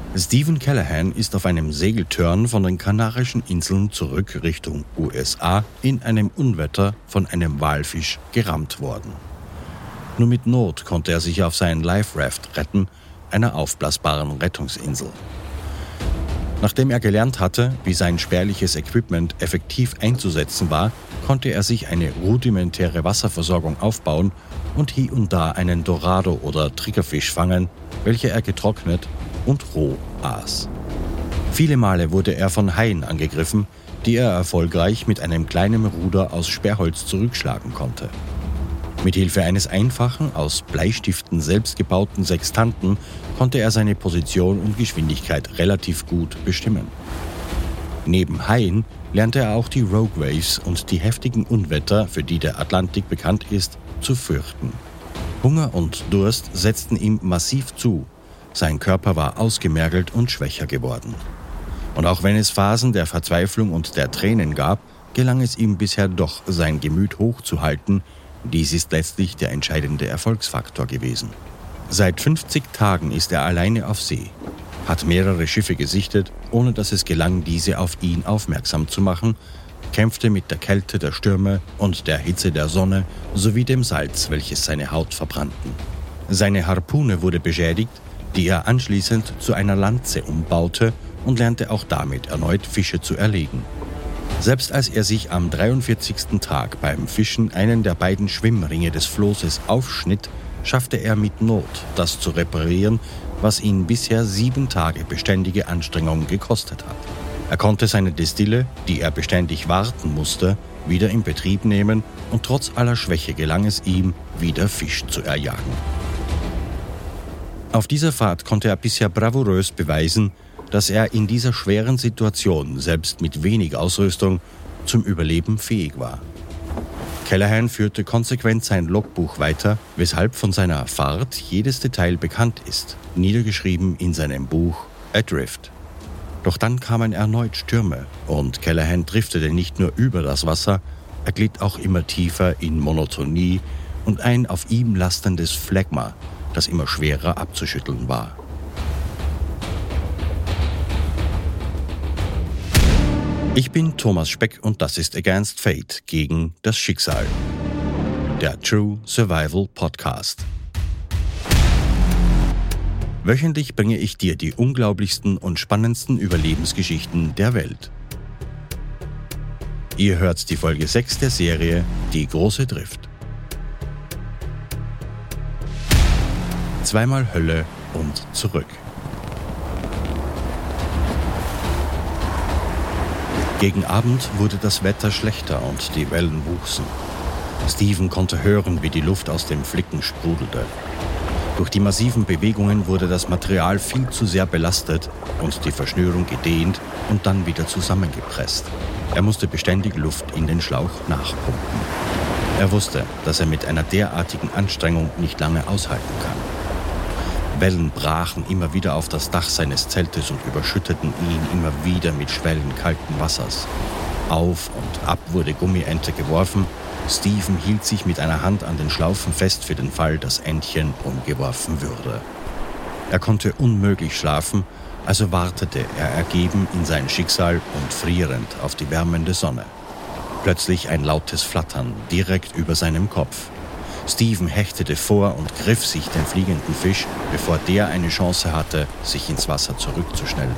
Stephen Callahan ist auf einem Segeltörn von den Kanarischen Inseln zurück Richtung USA in einem Unwetter von einem Walfisch gerammt worden. Nur mit Not konnte er sich auf seinen Life Raft retten, einer aufblasbaren Rettungsinsel. Nachdem er gelernt hatte, wie sein spärliches Equipment effektiv einzusetzen war, konnte er sich eine rudimentäre Wasserversorgung aufbauen und hier und da einen Dorado oder Triggerfisch fangen, welche er getrocknet und roh aß. Viele Male wurde er von Haien angegriffen, die er erfolgreich mit einem kleinen Ruder aus Sperrholz zurückschlagen konnte. Mit Hilfe eines einfachen, aus Bleistiften selbst gebauten Sextanten konnte er seine Position und Geschwindigkeit relativ gut bestimmen. Neben Haien lernte er auch die Rogue Waves und die heftigen Unwetter, für die der Atlantik bekannt ist, zu fürchten. Hunger und Durst setzten ihm massiv zu. Sein Körper war ausgemergelt und schwächer geworden. Und auch wenn es Phasen der Verzweiflung und der Tränen gab, gelang es ihm bisher doch, sein Gemüt hochzuhalten. Dies ist letztlich der entscheidende Erfolgsfaktor gewesen. Seit 50 Tagen ist er alleine auf See, hat mehrere Schiffe gesichtet, ohne dass es gelang, diese auf ihn aufmerksam zu machen, kämpfte mit der Kälte der Stürme und der Hitze der Sonne sowie dem Salz, welches seine Haut verbrannten. Seine Harpune wurde beschädigt, die er anschließend zu einer Lanze umbaute und lernte auch damit erneut Fische zu erlegen. Selbst als er sich am 43. Tag beim Fischen einen der beiden Schwimmringe des Flosses aufschnitt, schaffte er mit Not, das zu reparieren, was ihn bisher 7 Tage beständige Anstrengung gekostet hat. Er konnte seine Destille, die er beständig warten musste, wieder in Betrieb nehmen und trotz aller Schwäche gelang es ihm, wieder Fisch zu erjagen. Auf dieser Fahrt konnte er bisher bravourös beweisen, dass er in dieser schweren Situation, selbst mit wenig Ausrüstung, zum Überleben fähig war. Callahan führte konsequent sein Logbuch weiter, weshalb von seiner Fahrt jedes Detail bekannt ist, niedergeschrieben in seinem Buch Adrift. Doch dann kamen erneut Stürme und Callahan driftete nicht nur über das Wasser, er glitt auch immer tiefer in Monotonie und ein auf ihm lastendes Phlegma, das immer schwerer abzuschütteln war. Ich bin Thomas Speck und das ist Against Fate, gegen das Schicksal. Der True Survival Podcast. Wöchentlich bringe ich dir die unglaublichsten und spannendsten Überlebensgeschichten der Welt. Ihr hört die Folge 6 der Serie Die große Drift. Zweimal Hölle und zurück. Gegen Abend wurde das Wetter schlechter und die Wellen wuchsen. Stephen konnte hören, wie die Luft aus dem Flicken sprudelte. Durch die massiven Bewegungen wurde das Material viel zu sehr belastet und die Verschnürung gedehnt und dann wieder zusammengepresst. Er musste beständig Luft in den Schlauch nachpumpen. Er wusste, dass er mit einer derartigen Anstrengung nicht lange aushalten kann. Wellen brachen immer wieder auf das Dach seines Zeltes und überschütteten ihn immer wieder mit Schwellen kalten Wassers. Auf und ab wurde Gummiente geworfen. Stephen hielt sich mit einer Hand an den Schlaufen fest für den Fall, dass Entchen umgeworfen würde. Er konnte unmöglich schlafen, also wartete er ergeben in sein Schicksal und frierend auf die wärmende Sonne. Plötzlich ein lautes Flattern direkt über seinem Kopf. Stephen hechtete vor und griff sich den fliegenden Fisch, bevor der eine Chance hatte, sich ins Wasser zurückzuschnellen.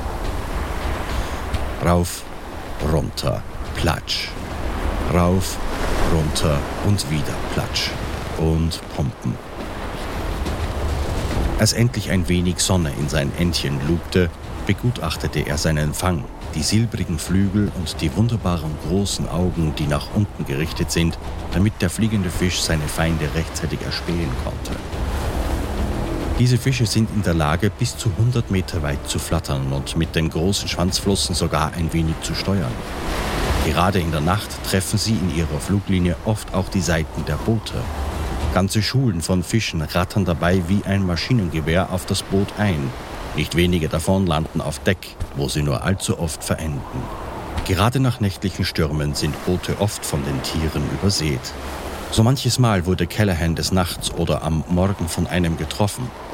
Rauf, runter, platsch. Rauf, runter und wieder platsch. Und pumpen. Als endlich ein wenig Sonne in sein Entchen lugte, begutachtete er seinen Fang, die silbrigen Flügel und die wunderbaren großen Augen, die nach unten gerichtet sind, damit der fliegende Fisch seine Feinde rechtzeitig erspähen konnte. Diese Fische sind in der Lage, bis zu 100 Meter weit zu flattern und mit den großen Schwanzflossen sogar ein wenig zu steuern. Gerade in der Nacht treffen sie in ihrer Fluglinie oft auch die Seiten der Boote. Ganze Schulen von Fischen rattern dabei wie ein Maschinengewehr auf das Boot ein. Nicht wenige davon landen auf Deck, wo sie nur allzu oft verenden. Gerade nach nächtlichen Stürmen sind Boote oft von den Tieren übersät. So manches Mal wurde Callahan des Nachts oder am Morgen von einem getroffen.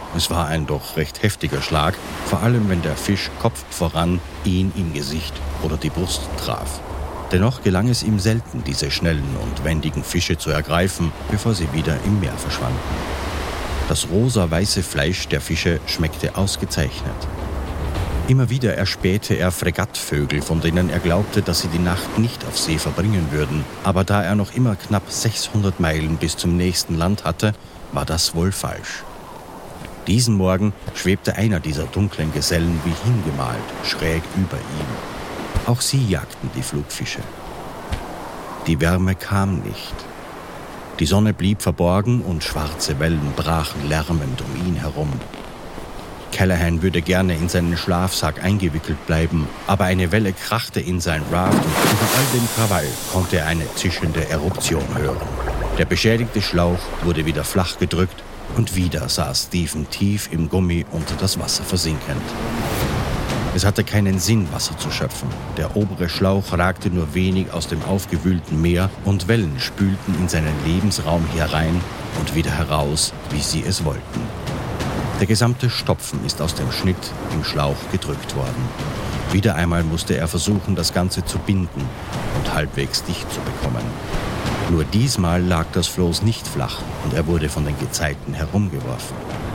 Es war ein doch recht heftiger Schlag, vor allem wenn der Fisch Kopf voran ihn im Gesicht oder die Brust traf. Dennoch gelang es ihm selten, diese schnellen und wendigen Fische zu ergreifen, bevor sie wieder im Meer verschwanden. Das rosa-weiße Fleisch der Fische schmeckte ausgezeichnet. Immer wieder erspähte er Fregattvögel, von denen er glaubte, dass sie die Nacht nicht auf See verbringen würden. Aber da er noch immer knapp 600 Meilen bis zum nächsten Land hatte, war das wohl falsch. Diesen Morgen schwebte einer dieser dunklen Gesellen wie hingemalt, schräg über ihm. Auch sie jagten die Flugfische. Die Wärme kam nicht. Die Sonne blieb verborgen und schwarze Wellen brachen lärmend um ihn herum. Callahan würde gerne in seinen Schlafsack eingewickelt bleiben, aber eine Welle krachte in sein Raft und über all dem Krawall konnte er eine zischende Eruption hören. Der beschädigte Schlauch wurde wieder flach gedrückt und wieder saß Stephen tief im Gummi unter das Wasser versinkend. Es hatte keinen Sinn, Wasser zu schöpfen. Der obere Schlauch ragte nur wenig aus dem aufgewühlten Meer und Wellen spülten in seinen Lebensraum herein und wieder heraus, wie sie es wollten. Der gesamte Stopfen ist aus dem Schnitt im Schlauch gedrückt worden. Wieder einmal musste er versuchen, das Ganze zu binden und halbwegs dicht zu bekommen. Nur diesmal lag das Floß nicht flach und er wurde von den Gezeiten herumgeworfen.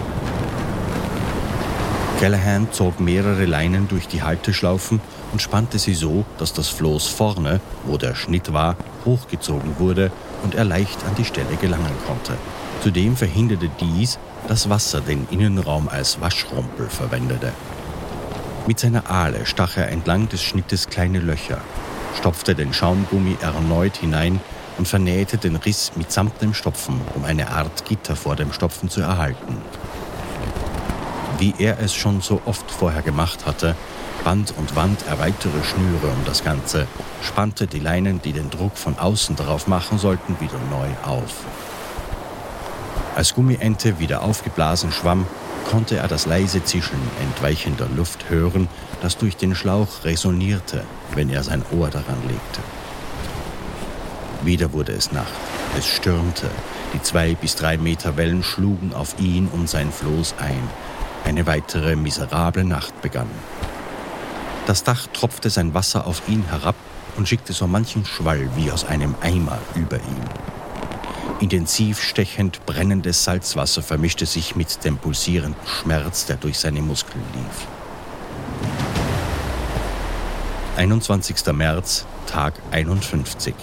Callahan zog mehrere Leinen durch die Halteschlaufen und spannte sie so, dass das Floß vorne, wo der Schnitt war, hochgezogen wurde und er leicht an die Stelle gelangen konnte. Zudem verhinderte dies, dass Wasser den Innenraum als Waschrumpel verwendete. Mit seiner Ahle stach er entlang des Schnittes kleine Löcher, stopfte den Schaumgummi erneut hinein und vernähte den Riss mitsamt dem Stopfen, um eine Art Gitter vor dem Stopfen zu erhalten. Wie er es schon so oft vorher gemacht hatte, band und wand er weitere Schnüre um das Ganze, spannte die Leinen, die den Druck von außen darauf machen sollten, wieder neu auf. Als Gummiente wieder aufgeblasen schwamm, konnte er das leise Zischen entweichender Luft hören, das durch den Schlauch resonierte, wenn er sein Ohr daran legte. Wieder wurde es Nacht. Es stürmte. Die 2 bis 3 Meter Wellen schlugen auf ihn und sein Floß ein. Eine weitere miserable Nacht begann. Das Dach tropfte sein Wasser auf ihn herab und schickte so manchen Schwall wie aus einem Eimer über ihn. Intensiv stechend brennendes Salzwasser vermischte sich mit dem pulsierenden Schmerz, der durch seine Muskeln lief. 21. März, Tag 51.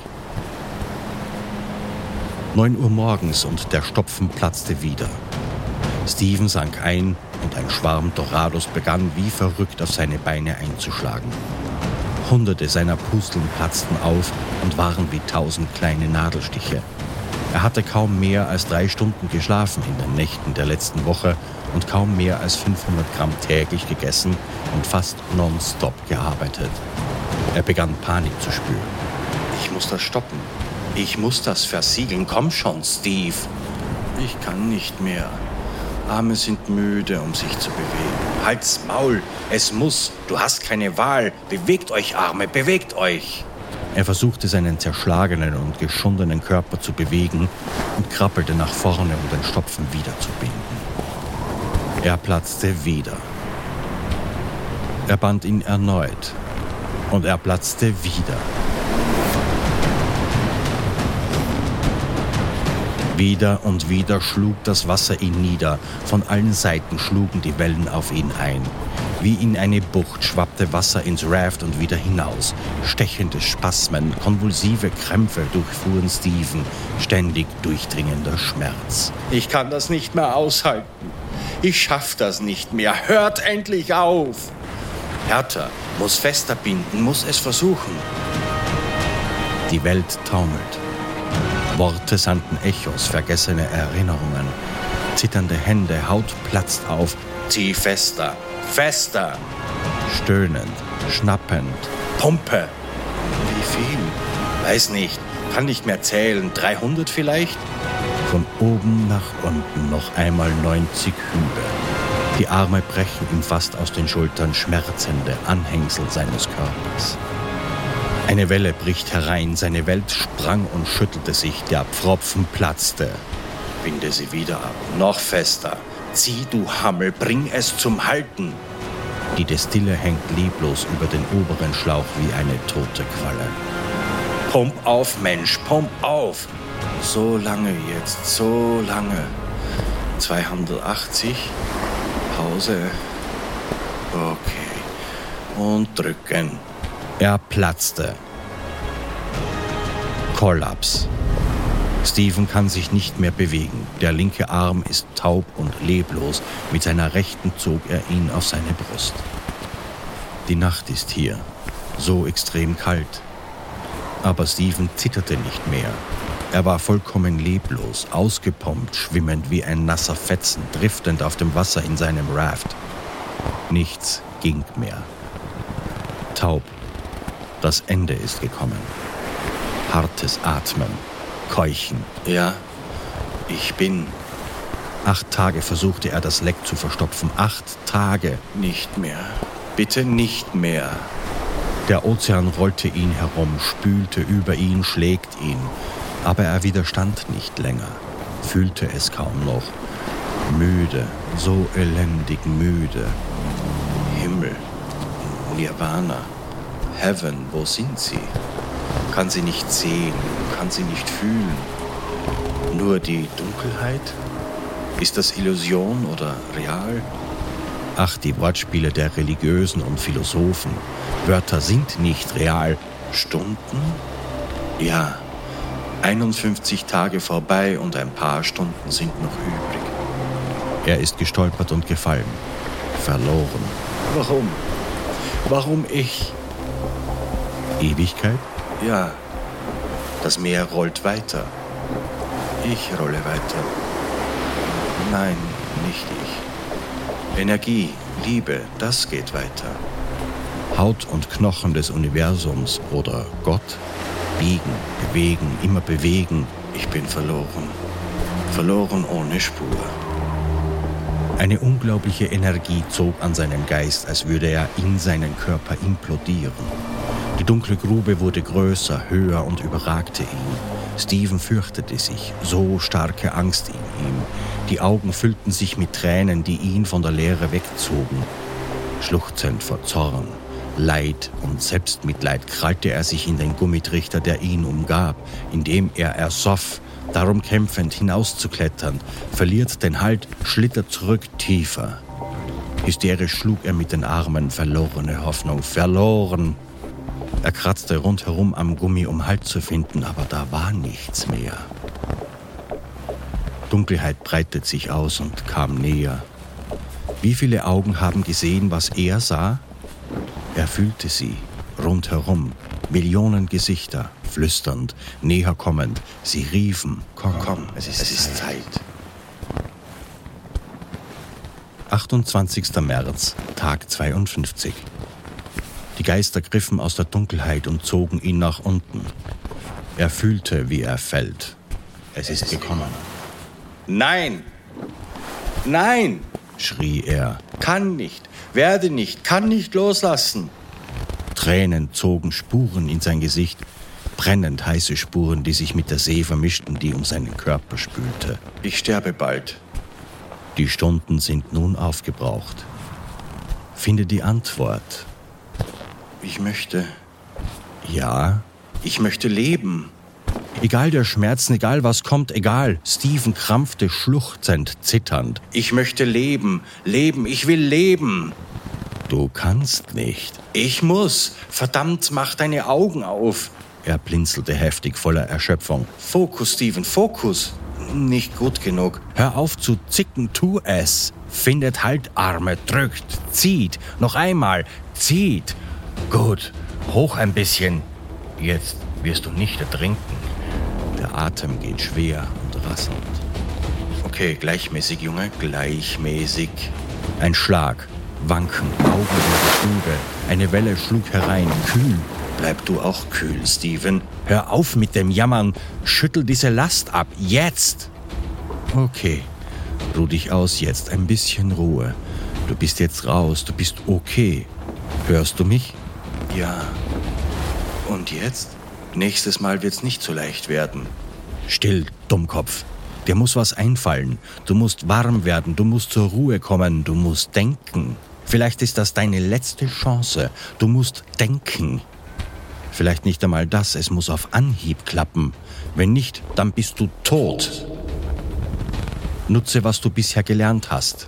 9 Uhr morgens und der Stopfen platzte wieder. Stephen sank ein und ein Schwarm Dorados begann wie verrückt auf seine Beine einzuschlagen. Hunderte seiner Pusteln platzten auf und waren wie 1000 kleine Nadelstiche. Er hatte kaum mehr als 3 Stunden geschlafen in den Nächten der letzten Woche und kaum mehr als 500 Gramm täglich gegessen und fast nonstop gearbeitet. Er begann Panik zu spüren. Ich muss das stoppen. Ich muss das versiegeln. Komm schon, Steve. Ich kann nicht mehr. Arme sind müde, um sich zu bewegen. Halt's Maul. Es muss. Du hast keine Wahl. Bewegt euch, Arme. Bewegt euch. Er versuchte, seinen zerschlagenen und geschundenen Körper zu bewegen und krabbelte nach vorne, um den Stopfen wiederzubinden. Er platzte wieder. Er band ihn erneut. Und er platzte wieder. Wieder und wieder schlug das Wasser ihn nieder. Von allen Seiten schlugen die Wellen auf ihn ein. Wie in eine Bucht schwappte Wasser ins Raft und wieder hinaus. Stechende Spasmen, konvulsive Krämpfe durchfuhren Stephen, ständig durchdringender Schmerz. Ich kann das nicht mehr aushalten. Ich schaff das nicht mehr. Hört endlich auf! Härter, muss fester binden, muss es versuchen. Die Welt taumelt. Worte sandten Echos, vergessene Erinnerungen. Zitternde Hände, Haut platzt auf. Zieh fester, fester! Stöhnend, schnappend. Pumpe! Wie viel? Weiß nicht, kann nicht mehr zählen. 300 vielleicht? Von oben nach unten noch einmal 90 Hübe. Die Arme brechen ihm fast aus den Schultern, schmerzende Anhängsel seines Körpers. Eine Welle bricht herein, seine Welt sprang und schüttelte sich, der Pfropfen platzte. Binde sie wieder ab, noch fester, Zieh, du Hammel, bring es zum Halten! Die Destille hängt leblos über den oberen Schlauch wie eine tote Qualle. Pump auf, Mensch, pump auf! So lange jetzt, so lange. 280. Pause. Okay. Und drücken. Er platzte. Kollaps. Stephen kann sich nicht mehr bewegen. Der linke Arm ist taub und leblos. Mit seiner rechten zog er ihn auf seine Brust. Die Nacht ist hier. So extrem kalt. Aber Stephen zitterte nicht mehr. Er war vollkommen leblos, ausgepumpt, schwimmend wie ein nasser Fetzen, driftend auf dem Wasser in seinem Raft. Nichts ging mehr. Taub. Das Ende ist gekommen. Hartes Atmen. Keuchen. Ja, ich bin. 8 Tage versuchte er, das Leck zu verstopfen. 8 Tage. Nicht mehr. Bitte nicht mehr. Der Ozean rollte ihn herum, spülte über ihn, schlägt ihn. Aber er widerstand nicht länger, fühlte es kaum noch. Müde, so elendig müde. Himmel, Nirvana, Heaven, wo sind sie? Kann sie nicht sehen, kann sie nicht fühlen. Nur die Dunkelheit? Ist das Illusion oder real? Ach, die Wortspiele der Religiösen und Philosophen. Wörter sind nicht real. Stunden? Ja, 51 Tage vorbei und ein paar Stunden sind noch übrig. Er ist gestolpert und gefallen. Verloren. Warum? Warum ich? Ewigkeit? Ja. Das Meer rollt weiter. Ich rolle weiter. Nein, nicht ich. Energie, Liebe, das geht weiter. Haut und Knochen des Universums oder Gott? Biegen, bewegen, immer bewegen. Ich bin verloren. Verloren ohne Spur. Eine unglaubliche Energie zog an seinen Geist, als würde er in seinen Körper implodieren. Die dunkle Grube wurde größer, höher und überragte ihn. Stephen fürchtete sich, so starke Angst in ihm. Die Augen füllten sich mit Tränen, die ihn von der Leere wegzogen. Schluchzend vor Zorn, Leid und Selbstmitleid krallte er sich in den Gummitrichter, der ihn umgab, indem er ersoff, darum kämpfend hinauszuklettern, verliert den Halt, schlittert zurück tiefer. Hysterisch schlug er mit den Armen, verlorene Hoffnung, verloren. Er kratzte rundherum am Gummi, um Halt zu finden, aber da war nichts mehr. Dunkelheit breitet sich aus und kam näher. Wie viele Augen haben gesehen, was er sah? Er fühlte sie, rundherum, Millionen Gesichter, flüsternd, näher kommend. Sie riefen, komm, es ist Zeit. 28. März, Tag 52. Die Geister griffen aus der Dunkelheit und zogen ihn nach unten. Er fühlte, wie er fällt. Es ist gekommen. Nein! Nein! Schrie er. Kann nicht, werde nicht, kann nicht loslassen. Tränen zogen Spuren in sein Gesicht, brennend heiße Spuren, die sich mit der See vermischten, die um seinen Körper spülte. Ich sterbe bald. Die Stunden sind nun aufgebraucht. Finde die Antwort. Ich möchte leben. Egal der Schmerzen, egal was kommt, egal. Stephen krampfte schluchzend, zitternd. Ich möchte leben, ich will leben. Du kannst nicht. Ich muss. Verdammt, mach deine Augen auf. Er blinzelte heftig, voller Erschöpfung. Fokus, Stephen, Fokus. Nicht gut genug. Hör auf zu zicken, tu es. Findet Haltarme, drückt, zieht. Noch einmal, zieht. Gut, hoch ein bisschen. Jetzt wirst du nicht ertrinken. Der Atem geht schwer und rasselnd. Okay, gleichmäßig, Junge, gleichmäßig. Ein Schlag, Wanken, Augen in die Grube. Eine Welle schlug herein, kühl. Bleib du auch kühl, Stephen. Hör auf mit dem Jammern. Schüttel diese Last ab, jetzt. Okay, ruh dich aus jetzt, ein bisschen Ruhe. Du bist jetzt raus, du bist okay. Hörst du mich? Ja. Und jetzt? Nächstes Mal wird's nicht so leicht werden. Still, Dummkopf. Dir muss was einfallen. Du musst warm werden, du musst zur Ruhe kommen, du musst denken. Vielleicht ist das deine letzte Chance. Du musst denken. Vielleicht nicht einmal das, es muss auf Anhieb klappen. Wenn nicht, dann bist du tot. Nutze, was du bisher gelernt hast.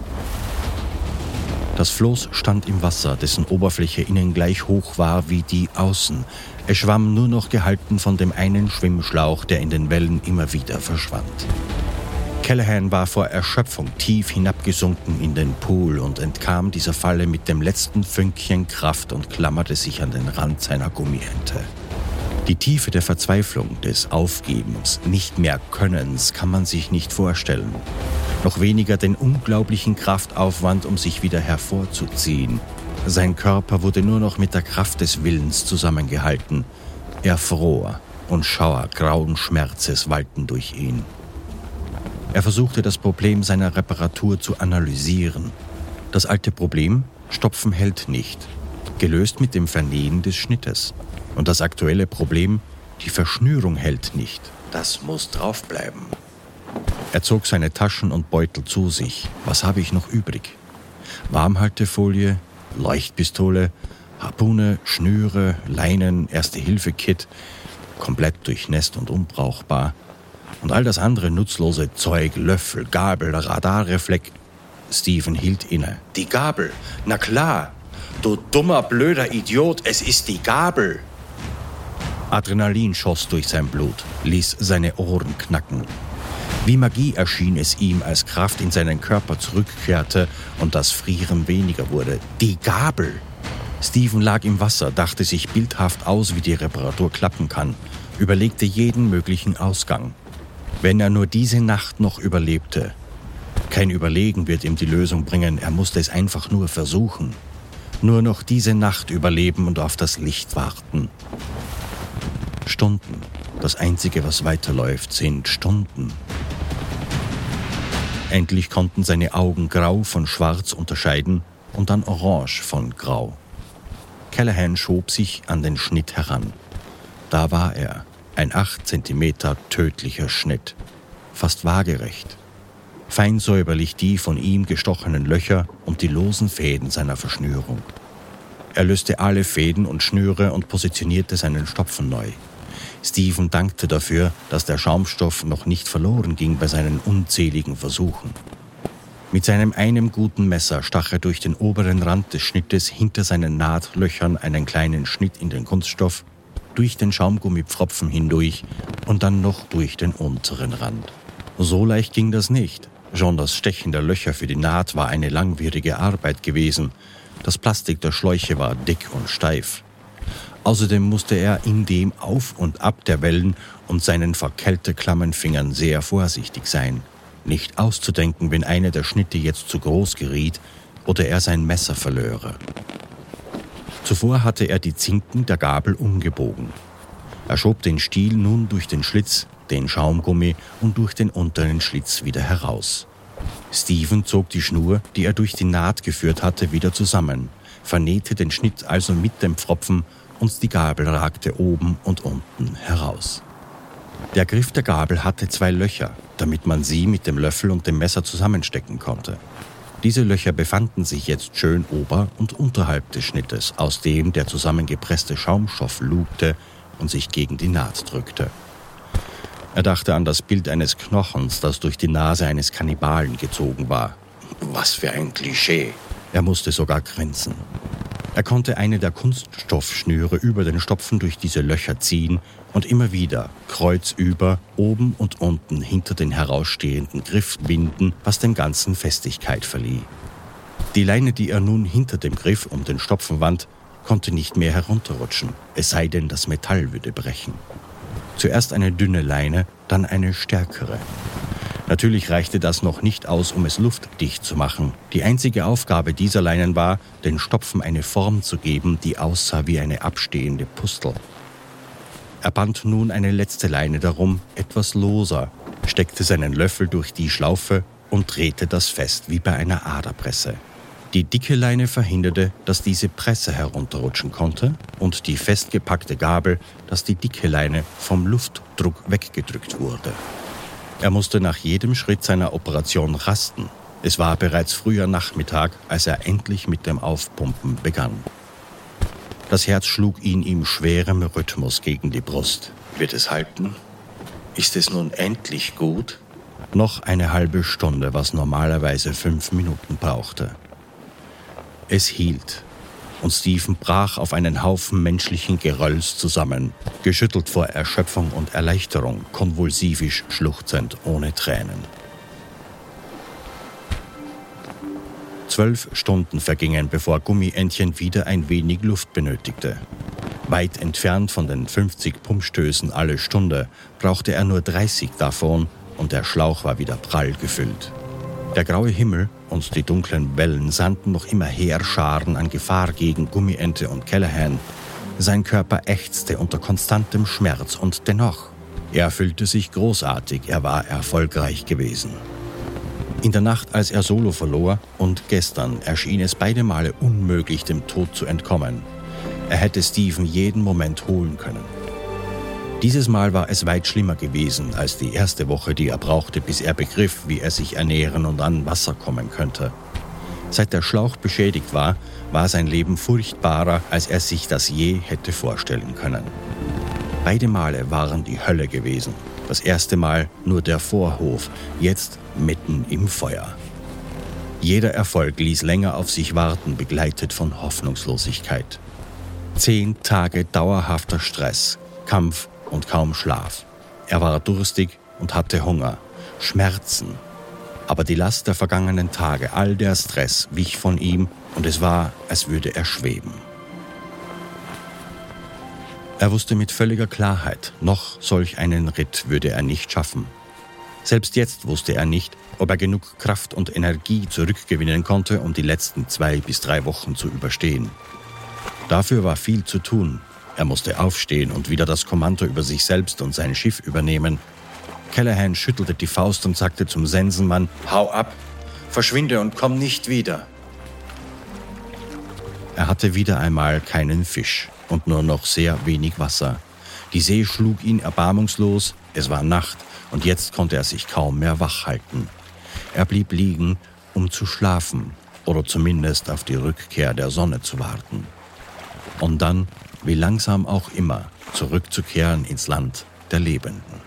Das Floß stand im Wasser, dessen Oberfläche innen gleich hoch war wie die außen. Es schwamm nur noch gehalten von dem einen Schwimmschlauch, der in den Wellen immer wieder verschwand. Callahan war vor Erschöpfung tief hinabgesunken in den Pool und entkam dieser Falle mit dem letzten Fünkchen Kraft und klammerte sich an den Rand seiner Gummiente. Die Tiefe der Verzweiflung, des Aufgebens, nicht mehr Könnens kann man sich nicht vorstellen. Noch weniger den unglaublichen Kraftaufwand, um sich wieder hervorzuziehen. Sein Körper wurde nur noch mit der Kraft des Willens zusammengehalten. Er fror und Schauer grauen Schmerzes wallten durch ihn. Er versuchte, das Problem seiner Reparatur zu analysieren. Das alte Problem, Stopfen hält nicht, gelöst mit dem Vernähen des Schnittes. Und das aktuelle Problem, die Verschnürung hält nicht, das muss draufbleiben. Er zog seine Taschen und Beutel zu sich. Was habe ich noch übrig? Warmhaltefolie, Leuchtpistole, Harpune, Schnüre, Leinen, Erste-Hilfe-Kit, komplett durchnässt und unbrauchbar. Und all das andere nutzlose Zeug, Löffel, Gabel, Radarreflex. Stephen hielt inne. Die Gabel, na klar. Du dummer, blöder Idiot, es ist die Gabel. Adrenalin schoss durch sein Blut, ließ seine Ohren knacken. Wie Magie erschien es ihm, als Kraft in seinen Körper zurückkehrte und das Frieren weniger wurde. Die Gabel! Stephen lag im Wasser, dachte sich bildhaft aus, wie die Reparatur klappen kann, überlegte jeden möglichen Ausgang. Wenn er nur diese Nacht noch überlebte. Kein Überlegen wird ihm die Lösung bringen, er musste es einfach nur versuchen. Nur noch diese Nacht überleben und auf das Licht warten. Stunden. Das Einzige, was weiterläuft, sind Stunden. Endlich konnten seine Augen grau von schwarz unterscheiden und dann orange von grau. Callahan schob sich an den Schnitt heran. Da war er, ein 8 Zentimeter tödlicher Schnitt, fast waagerecht. Fein säuberlich die von ihm gestochenen Löcher und die losen Fäden seiner Verschnürung. Er löste alle Fäden und Schnüre und positionierte seinen Stopfen neu. Stephen dankte dafür, dass der Schaumstoff noch nicht verloren ging bei seinen unzähligen Versuchen. Mit seinem einen guten Messer stach er durch den oberen Rand des Schnittes hinter seinen Nahtlöchern einen kleinen Schnitt in den Kunststoff, durch den Schaumgummipfropfen hindurch und dann noch durch den unteren Rand. So leicht ging das nicht. Schon das Stechen der Löcher für die Naht war eine langwierige Arbeit gewesen. Das Plastik der Schläuche war dick und steif. Außerdem musste er in dem Auf und Ab der Wellen und seinen vor Kälte klammen Fingern sehr vorsichtig sein. Nicht auszudenken, wenn einer der Schnitte jetzt zu groß geriet oder er sein Messer verlöre. Zuvor hatte er die Zinken der Gabel umgebogen. Er schob den Stiel nun durch den Schlitz, den Schaumgummi und durch den unteren Schlitz wieder heraus. Stephen zog die Schnur, die er durch die Naht geführt hatte, wieder zusammen, vernähte den Schnitt also mit dem Pfropfen und die Gabel ragte oben und unten heraus. Der Griff der Gabel hatte 2 Löcher, damit man sie mit dem Löffel und dem Messer zusammenstecken konnte. Diese Löcher befanden sich jetzt schön ober- und unterhalb des Schnittes, aus dem der zusammengepresste Schaumstoff lugte und sich gegen die Naht drückte. Er dachte an das Bild eines Knochens, das durch die Nase eines Kannibalen gezogen war. Was für ein Klischee! Er musste sogar grinsen. Er konnte eine der Kunststoffschnüre über den Stopfen durch diese Löcher ziehen und immer wieder, kreuzüber, oben und unten hinter den herausstehenden Griff binden, was dem Ganzen Festigkeit verlieh. Die Leine, die er nun hinter dem Griff um den Stopfen wand, konnte nicht mehr herunterrutschen, es sei denn, das Metall würde brechen. Zuerst eine dünne Leine, dann eine stärkere. Natürlich reichte das noch nicht aus, um es luftdicht zu machen. Die einzige Aufgabe dieser Leinen war, den Stopfen eine Form zu geben, die aussah wie eine abstehende Pustel. Er band nun eine letzte Leine darum, etwas loser, steckte seinen Löffel durch die Schlaufe und drehte das fest wie bei einer Aderpresse. Die dicke Leine verhinderte, dass diese Presse herunterrutschen konnte und die festgepackte Gabel, dass die dicke Leine vom Luftdruck weggedrückt wurde. Er musste nach jedem Schritt seiner Operation rasten. Es war bereits früher Nachmittag, als er endlich mit dem Aufpumpen begann. Das Herz schlug in ihm schwerem Rhythmus gegen die Brust. Wird es halten? Ist es nun endlich gut? Noch eine halbe Stunde, was normalerweise 5 Minuten brauchte. Es hielt. Und Stephen brach auf einen Haufen menschlichen Gerölls zusammen, geschüttelt vor Erschöpfung und Erleichterung, konvulsivisch schluchzend, ohne Tränen. 12 Stunden vergingen, bevor Gummientchen wieder ein wenig Luft benötigte. Weit entfernt von den 50 Pumpstößen alle Stunde brauchte er nur 30 davon und der Schlauch war wieder prall gefüllt. Der graue Himmel und die dunklen Wellen sandten noch immer Heerscharen an Gefahr gegen Gummiente und Callahan. Sein Körper ächzte unter konstantem Schmerz und dennoch, er fühlte sich großartig, er war erfolgreich gewesen. In der Nacht, als er Solo verlor, und gestern erschien es beide Male unmöglich, dem Tod zu entkommen. Er hätte Stephen jeden Moment holen können. Dieses Mal war es weit schlimmer gewesen als die erste Woche, die er brauchte, bis er begriff, wie er sich ernähren und an Wasser kommen könnte. Seit der Schlauch beschädigt war, war sein Leben furchtbarer, als er sich das je hätte vorstellen können. Beide Male waren die Hölle gewesen. Das erste Mal nur der Vorhof, jetzt mitten im Feuer. Jeder Erfolg ließ länger auf sich warten, begleitet von Hoffnungslosigkeit. 10 Tage dauerhafter Stress, Kampf und kaum Schlaf. Er war durstig und hatte Hunger, Schmerzen. Aber die Last der vergangenen Tage, all der Stress, wich von ihm und es war, als würde er schweben. Er wusste mit völliger Klarheit, noch solch einen Ritt würde er nicht schaffen. Selbst jetzt wusste er nicht, ob er genug Kraft und Energie zurückgewinnen konnte, um die letzten 2 bis 3 Wochen zu überstehen. Dafür war viel zu tun. Er musste aufstehen und wieder das Kommando über sich selbst und sein Schiff übernehmen. Callahan schüttelte die Faust und sagte zum Sensenmann: »Hau ab, verschwinde und komm nicht wieder.« Er hatte wieder einmal keinen Fisch und nur noch sehr wenig Wasser. Die See schlug ihn erbarmungslos, es war Nacht und jetzt konnte er sich kaum mehr wach halten. Er blieb liegen, um zu schlafen oder zumindest auf die Rückkehr der Sonne zu warten. Und dann, wie langsam auch immer, zurückzukehren ins Land der Lebenden.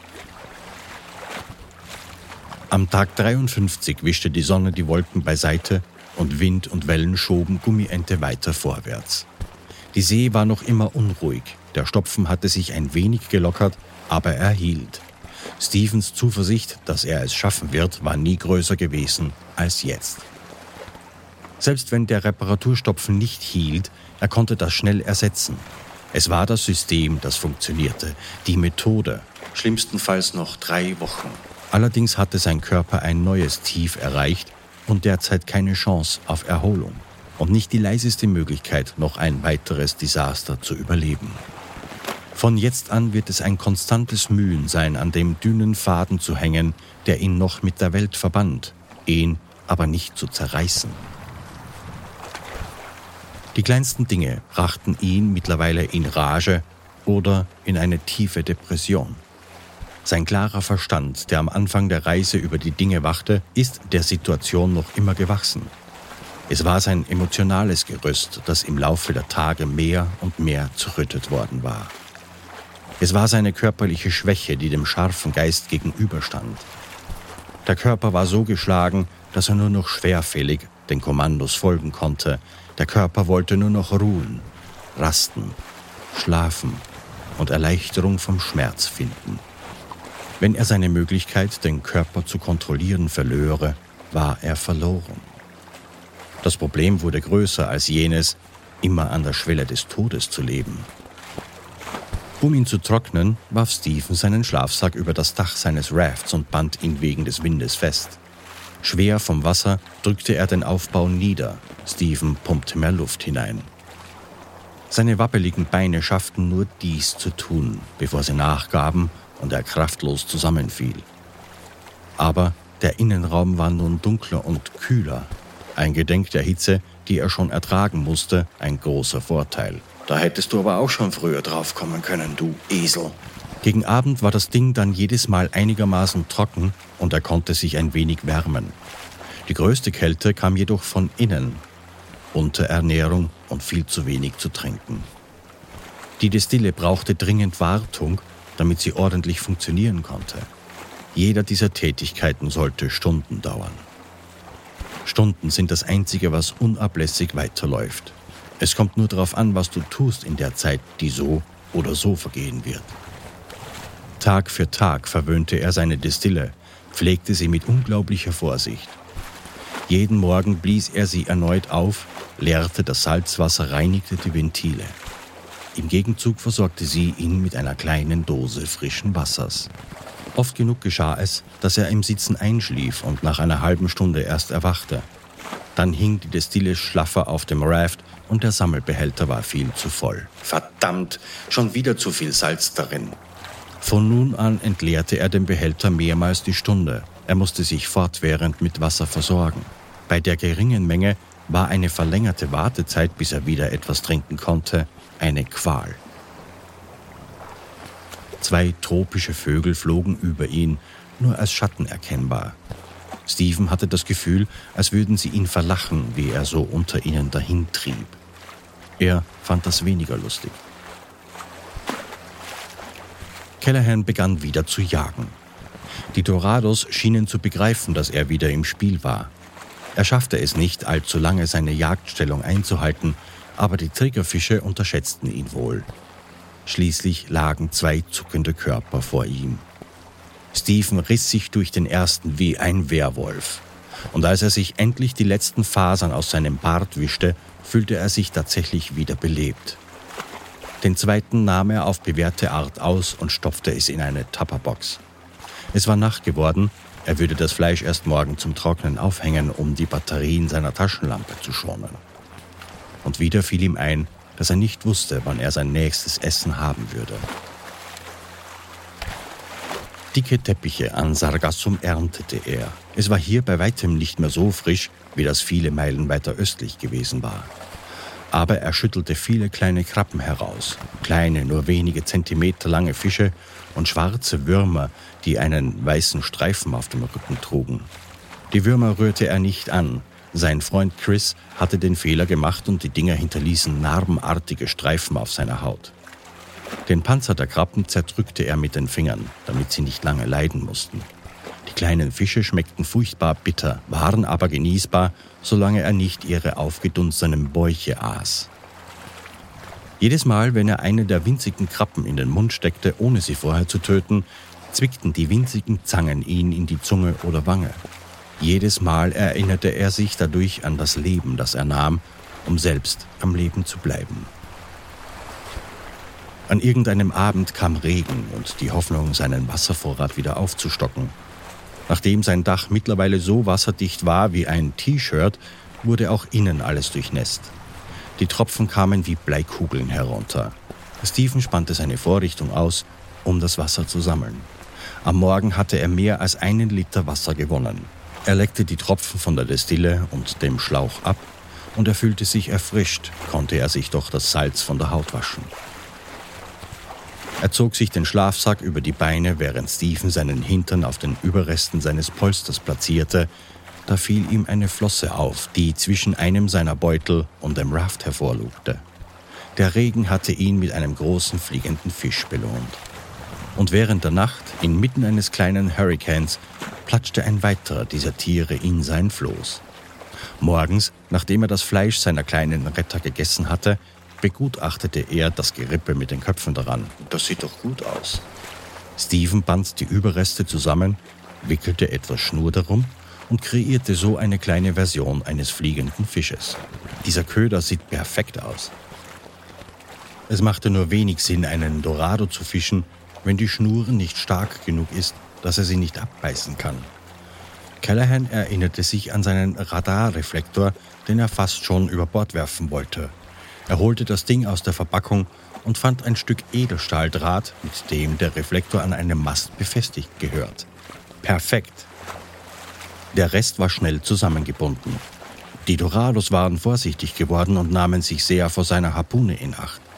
Am Tag 53 wischte die Sonne die Wolken beiseite und Wind und Wellen schoben Gummiente weiter vorwärts. Die See war noch immer unruhig, der Stopfen hatte sich ein wenig gelockert, aber er hielt. Stephens Zuversicht, dass er es schaffen wird, war nie größer gewesen als jetzt. Selbst wenn der Reparaturstopfen nicht hielt, er konnte das schnell ersetzen. Es war das System, das funktionierte, die Methode, schlimmstenfalls noch 3 Wochen. Allerdings hatte sein Körper ein neues Tief erreicht und derzeit keine Chance auf Erholung und nicht die leiseste Möglichkeit, noch ein weiteres Desaster zu überleben. Von jetzt an wird es ein konstantes Mühen sein, an dem dünnen Faden zu hängen, der ihn noch mit der Welt verband, ihn aber nicht zu zerreißen. Die kleinsten Dinge brachten ihn mittlerweile in Rage oder in eine tiefe Depression. Sein klarer Verstand, der am Anfang der Reise über die Dinge wachte, ist der Situation noch immer gewachsen. Es war sein emotionales Gerüst, das im Laufe der Tage mehr und mehr zerrüttet worden war. Es war seine körperliche Schwäche, die dem scharfen Geist gegenüberstand. Der Körper war so geschlagen, dass er nur noch schwerfällig den Kommandos folgen konnte. Der Körper wollte nur noch ruhen, rasten, schlafen und Erleichterung vom Schmerz finden. Wenn er seine Möglichkeit, den Körper zu kontrollieren, verlöre, war er verloren. Das Problem wurde größer als jenes, immer an der Schwelle des Todes zu leben. Um ihn zu trocknen, warf Stephen seinen Schlafsack über das Dach seines Rafts und band ihn wegen des Windes fest. Schwer vom Wasser drückte er den Aufbau nieder. Stephen pumpte mehr Luft hinein. Seine wabbeligen Beine schafften nur dies zu tun, bevor sie nachgaben und er kraftlos zusammenfiel. Aber der Innenraum war nun dunkler und kühler. Eingedenk der Hitze, die er schon ertragen musste, ein großer Vorteil. »Da hättest du aber auch schon früher drauf kommen können, du Esel«, Gegen Abend war das Ding dann jedes Mal einigermaßen trocken und er konnte sich ein wenig wärmen. Die größte Kälte kam jedoch von innen. Unterernährung und viel zu wenig zu trinken. Die Destille brauchte dringend Wartung, damit sie ordentlich funktionieren konnte. Jeder dieser Tätigkeiten sollte Stunden dauern. Stunden sind das Einzige, was unablässig weiterläuft. Es kommt nur darauf an, was du tust in der Zeit, die so oder so vergehen wird. Tag für Tag verwöhnte er seine Destille, pflegte sie mit unglaublicher Vorsicht. Jeden Morgen blies er sie erneut auf, leerte das Salzwasser, reinigte die Ventile. Im Gegenzug versorgte sie ihn mit einer kleinen Dose frischen Wassers. Oft genug geschah es, dass er im Sitzen einschlief und nach einer halben Stunde erst erwachte. Dann hing die Destille schlaffer auf dem Raft und der Sammelbehälter war viel zu voll. Verdammt, schon wieder zu viel Salz darin. Von nun an entleerte er den Behälter mehrmals die Stunde. Er musste sich fortwährend mit Wasser versorgen. Bei der geringen Menge war eine verlängerte Wartezeit, bis er wieder etwas trinken konnte, eine Qual. 2 tropische Vögel flogen über ihn, nur als Schatten erkennbar. Stephen hatte das Gefühl, als würden sie ihn verlachen, wie er so unter ihnen dahintrieb. Er fand das weniger lustig. Callahan begann wieder zu jagen. Die Dorados schienen zu begreifen, dass er wieder im Spiel war. Er schaffte es nicht, allzu lange seine Jagdstellung einzuhalten, aber die Triggerfische unterschätzten ihn wohl. Schließlich lagen 2 zuckende Körper vor ihm. Stephen riss sich durch den ersten wie ein Werwolf. Und als er sich endlich die letzten Fasern aus seinem Bart wischte, fühlte er sich tatsächlich wieder belebt. Den zweiten nahm er auf bewährte Art aus und stopfte es in eine Tupperbox. Es war Nacht geworden, er würde das Fleisch erst morgen zum Trocknen aufhängen, um die Batterien seiner Taschenlampe zu schonen. Und wieder fiel ihm ein, dass er nicht wusste, wann er sein nächstes Essen haben würde. Dicke Teppiche an Sargassum erntete er. Es war hier bei weitem nicht mehr so frisch, wie das viele Meilen weiter östlich gewesen war. Aber er schüttelte viele kleine Krabben heraus, kleine, nur wenige Zentimeter lange Fische und schwarze Würmer, die einen weißen Streifen auf dem Rücken trugen. Die Würmer rührte er nicht an. Sein Freund Chris hatte den Fehler gemacht und die Dinger hinterließen narbenartige Streifen auf seiner Haut. Den Panzer der Krabben zerdrückte er mit den Fingern, damit sie nicht lange leiden mussten. Die kleinen Fische schmeckten furchtbar bitter, waren aber genießbar, solange er nicht ihre aufgedunsenen Bäuche aß. Jedes Mal, wenn er eine der winzigen Krabben in den Mund steckte, ohne sie vorher zu töten, zwickten die winzigen Zangen ihn in die Zunge oder Wange. Jedes Mal erinnerte er sich dadurch an das Leben, das er nahm, um selbst am Leben zu bleiben. An irgendeinem Abend kam Regen und die Hoffnung, seinen Wasservorrat wieder aufzustocken. Nachdem sein Dach mittlerweile so wasserdicht war wie ein T-Shirt, wurde auch innen alles durchnässt. Die Tropfen kamen wie Bleikugeln herunter. Stephen spannte seine Vorrichtung aus, um das Wasser zu sammeln. Am Morgen hatte er mehr als 1 Liter Wasser gewonnen. Er leckte die Tropfen von der Destille und dem Schlauch ab und er fühlte sich erfrischt, konnte er sich doch das Salz von der Haut waschen. Er zog sich den Schlafsack über die Beine, während Stephen seinen Hintern auf den Überresten seines Polsters platzierte. Da fiel ihm eine Flosse auf, die zwischen einem seiner Beutel und dem Raft hervorlugte. Der Regen hatte ihn mit einem großen fliegenden Fisch belohnt. Und während der Nacht, inmitten eines kleinen Hurrikans, platschte ein weiterer dieser Tiere in sein Floß. Morgens, nachdem er das Fleisch seiner kleinen Retter gegessen hatte, begutachtete er das Gerippe mit den Köpfen daran. Das sieht doch gut aus. Stephen band die Überreste zusammen, wickelte etwas Schnur darum und kreierte so eine kleine Version eines fliegenden Fisches. Dieser Köder sieht perfekt aus. Es machte nur wenig Sinn, einen Dorado zu fischen, wenn die Schnur nicht stark genug ist, dass er sie nicht abbeißen kann. Callahan erinnerte sich an seinen Radarreflektor, den er fast schon über Bord werfen wollte. Er holte das Ding aus der Verpackung und fand ein Stück Edelstahldraht, mit dem der Reflektor an einem Mast befestigt gehört. Perfekt! Der Rest war schnell zusammengebunden. Die Dorados waren vorsichtig geworden und nahmen sich sehr vor seiner Harpune in Acht.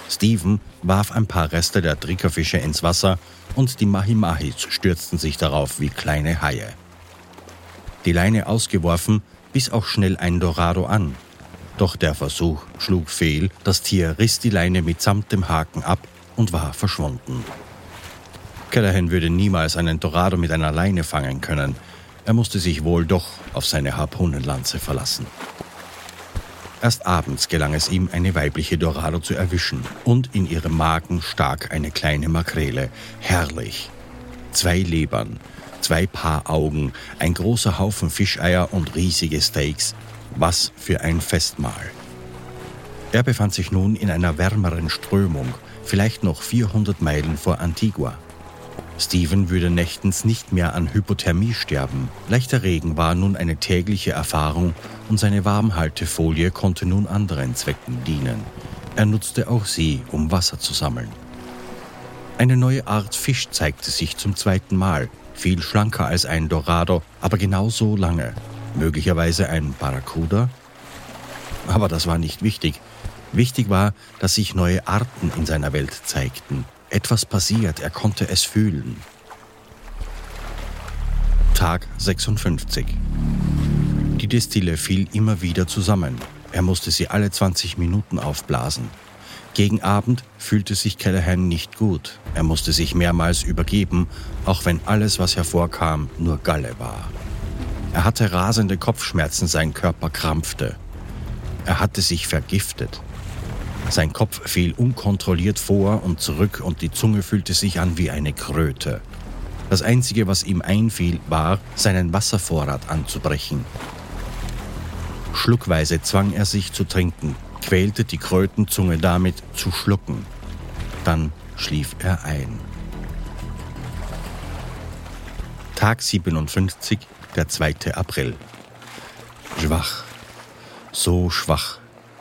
Steven warf ein paar Reste der Triggerfische ins Wasser und die Mahi-Mahis stürzten sich darauf wie kleine Haie. Die Leine ausgeworfen, biss auch schnell ein Dorado an. Doch der Versuch schlug fehl, das Tier riss die Leine mitsamt dem Haken ab und war verschwunden. Callahan würde niemals einen Dorado mit einer Leine fangen können. Er musste sich wohl doch auf seine Harpunenlanze verlassen. Erst abends gelang es ihm, eine weibliche Dorado zu erwischen, und in ihrem Magen stak eine kleine Makrele. Herrlich! 2 Lebern, 2 Paar Augen, ein großer Haufen Fischeier und riesige Steaks. Was für ein Festmahl! Er befand sich nun in einer wärmeren Strömung, vielleicht noch 400 Meilen vor Antigua. Steven würde nächtens nicht mehr an Hypothermie sterben. Leichter Regen war nun eine tägliche Erfahrung und seine Warmhaltefolie konnte nun anderen Zwecken dienen. Er nutzte auch sie, um Wasser zu sammeln. Eine neue Art Fisch zeigte sich zum 2. Mal, viel schlanker als ein Dorado, aber genauso lange. Möglicherweise ein Barracuda? Aber das war nicht wichtig. Wichtig war, dass sich neue Arten in seiner Welt zeigten. Etwas passiert, er konnte es fühlen. Tag 56. Die Destille fiel immer wieder zusammen. Er musste sie alle 20 Minuten aufblasen. Gegen Abend fühlte sich Callahan nicht gut. Er musste sich mehrmals übergeben, auch wenn alles, was hervorkam, nur Galle war. Er hatte rasende Kopfschmerzen, sein Körper krampfte. Er hatte sich vergiftet. Sein Kopf fiel unkontrolliert vor und zurück und die Zunge fühlte sich an wie eine Kröte. Das Einzige, was ihm einfiel, war, seinen Wasservorrat anzubrechen. Schluckweise zwang er sich zu trinken, quälte die Krötenzunge damit, zu schlucken. Dann schlief er ein. Tag 57, der 2. April. Schwach, so schwach.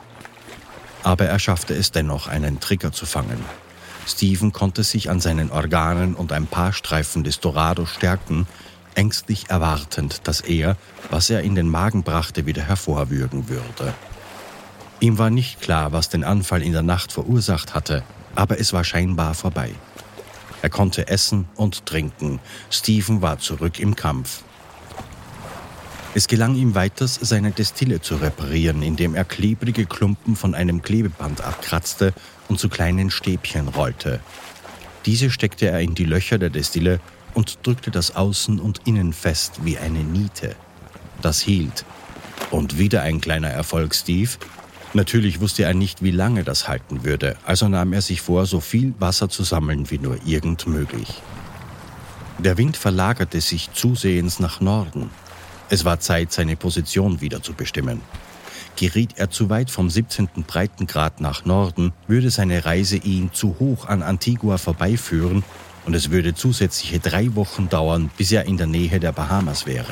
Aber er schaffte es dennoch, einen Trigger zu fangen. Steven konnte sich an seinen Organen und ein paar Streifen des Dorado stärken, ängstlich erwartend, dass er, was er in den Magen brachte, wieder hervorwürgen würde. Ihm war nicht klar, was den Anfall in der Nacht verursacht hatte, aber es war scheinbar vorbei. Er konnte essen und trinken. Steven war zurück im Kampf. Es gelang ihm weiters, seine Destille zu reparieren, indem er klebrige Klumpen von einem Klebeband abkratzte und zu kleinen Stäbchen rollte. Diese steckte er in die Löcher der Destille und drückte das Außen und Innen fest wie eine Niete. Das hielt. Und wieder ein kleiner Erfolg, Steve. Natürlich wusste er nicht, wie lange das halten würde, also nahm er sich vor, so viel Wasser zu sammeln wie nur irgend möglich. Der Wind verlagerte sich zusehends nach Norden. Es war Zeit, seine Position wieder zu bestimmen. Geriet er zu weit vom 17. Breitengrad nach Norden, würde seine Reise ihn zu hoch an Antigua vorbeiführen und es würde zusätzliche 3 Wochen dauern, bis er in der Nähe der Bahamas wäre.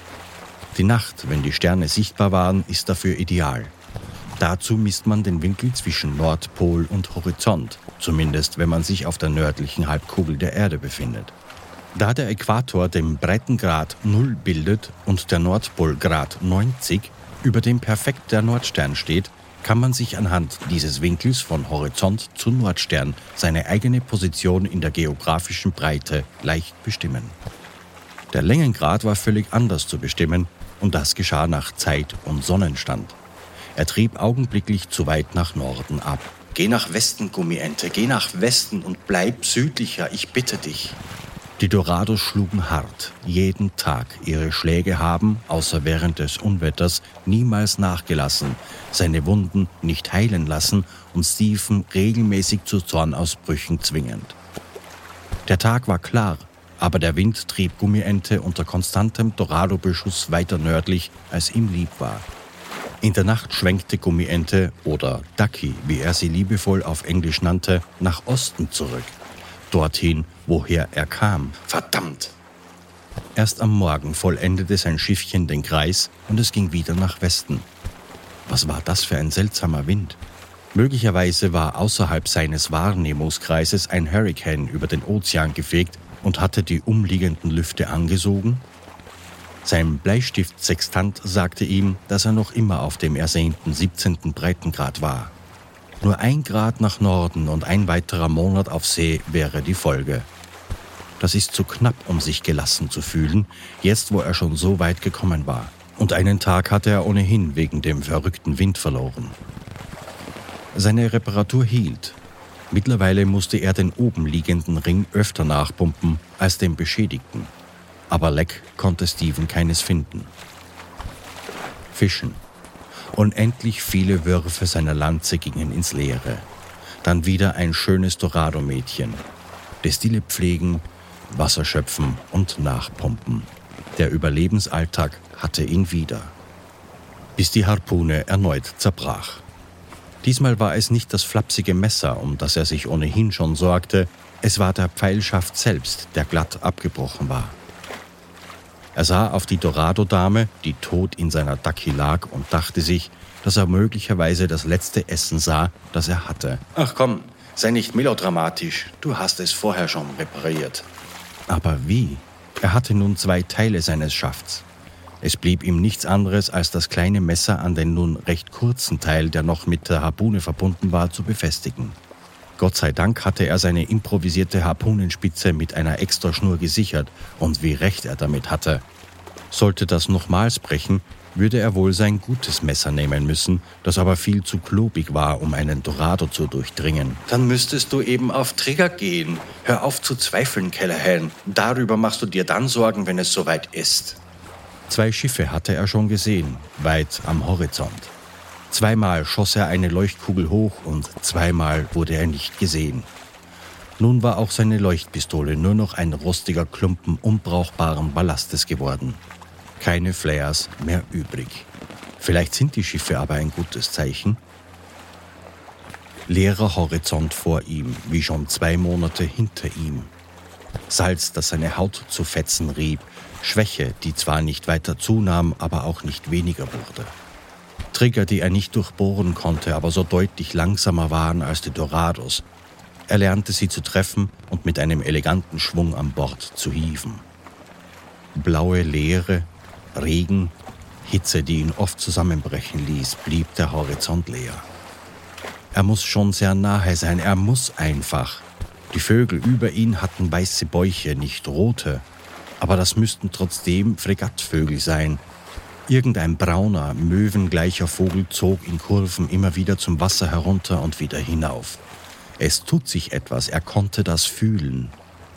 Die Nacht, wenn die Sterne sichtbar waren, ist dafür ideal. Dazu misst man den Winkel zwischen Nordpol und Horizont, zumindest wenn man sich auf der nördlichen Halbkugel der Erde befindet. Da der Äquator den Breitengrad 0 bildet und der Nordpol Grad 90, über dem perfekt der Nordstern steht, kann man sich anhand dieses Winkels von Horizont zu Nordstern seine eigene Position in der geografischen Breite leicht bestimmen. Der Längengrad war völlig anders zu bestimmen und das geschah nach Zeit und Sonnenstand. Er trieb augenblicklich zu weit nach Norden ab. »Geh nach Westen, Gummiente, geh nach Westen und bleib südlicher, ich bitte dich.« Die Dorados schlugen hart, jeden Tag. Ihre Schläge haben, außer während des Unwetters, niemals nachgelassen, seine Wunden nicht heilen lassen und Steven regelmäßig zu Zornausbrüchen zwingend. Der Tag war klar, aber der Wind trieb Gummiente unter konstantem Dorado-Beschuss weiter nördlich, als ihm lieb war. In der Nacht schwenkte Gummiente, oder Ducky, wie er sie liebevoll auf Englisch nannte, nach Osten zurück. Dorthin, woher er kam. Verdammt! Erst am Morgen vollendete sein Schiffchen den Kreis und es ging wieder nach Westen. Was war das für ein seltsamer Wind? Möglicherweise war außerhalb seines Wahrnehmungskreises ein Hurrikan über den Ozean gefegt und hatte die umliegenden Lüfte angesogen? Sein Bleistiftsextant sagte ihm, dass er noch immer auf dem ersehnten 17. Breitengrad war. Nur 1 Grad nach Norden und ein weiterer Monat auf See wäre die Folge. Das ist zu knapp, um sich gelassen zu fühlen, jetzt wo er schon so weit gekommen war. Und einen Tag hatte er ohnehin wegen dem verrückten Wind verloren. Seine Reparatur hielt. Mittlerweile musste er den oben liegenden Ring öfter nachpumpen als den beschädigten. Aber Leck konnte Steven keines finden. Fischen. Unendlich viele Würfe seiner Lanze gingen ins Leere. Dann wieder ein schönes Dorado-Mädchen. Destille pflegen, Wasser schöpfen und nachpumpen. Der Überlebensalltag hatte ihn wieder. Bis die Harpune erneut zerbrach. Diesmal war es nicht das flapsige Messer, um das er sich ohnehin schon sorgte, es war der Pfeilschaft selbst, der glatt abgebrochen war. Er sah auf die Dorado-Dame, die tot in seiner Dacki lag, und dachte sich, dass er möglicherweise das letzte Essen sah, das er hatte. »Ach komm, sei nicht melodramatisch, du hast es vorher schon repariert.« Aber wie? Er hatte nun 2 Teile seines Schafts. Es blieb ihm nichts anderes, als das kleine Messer an den nun recht kurzen Teil, der noch mit der Harpune verbunden war, zu befestigen. Gott sei Dank hatte er seine improvisierte Harpunenspitze mit einer Extraschnur gesichert, und wie recht er damit hatte. Sollte das nochmals brechen, würde er wohl sein gutes Messer nehmen müssen, das aber viel zu klobig war, um einen Dorado zu durchdringen. »Dann müsstest du eben auf Trigger gehen. Hör auf zu zweifeln, Callahan. Darüber machst du dir dann Sorgen, wenn es soweit ist.« 2 Schiffe hatte er schon gesehen, weit am Horizont. 2-mal schoss er eine Leuchtkugel hoch und 2-mal wurde er nicht gesehen. Nun war auch seine Leuchtpistole nur noch ein rostiger Klumpen unbrauchbaren Ballastes geworden. Keine Flares mehr übrig. Vielleicht sind die Schiffe aber ein gutes Zeichen. Leerer Horizont vor ihm, wie schon 2 Monate hinter ihm. Salz, das seine Haut zu Fetzen rieb, Schwäche, die zwar nicht weiter zunahm, aber auch nicht weniger wurde. Trigger, die er nicht durchbohren konnte, aber so deutlich langsamer waren als die Dorados. Er lernte sie zu treffen und mit einem eleganten Schwung an Bord zu hieven. Blaue Leere, Regen, Hitze, die ihn oft zusammenbrechen ließ, blieb der Horizont leer. Er muss schon sehr nahe sein, er muss einfach. Die Vögel über ihn hatten weiße Bäuche, nicht rote. Aber das müssten trotzdem Fregattvögel sein. Irgendein brauner, möwengleicher Vogel zog in Kurven immer wieder zum Wasser herunter und wieder hinauf. Es tut sich etwas, er konnte das fühlen.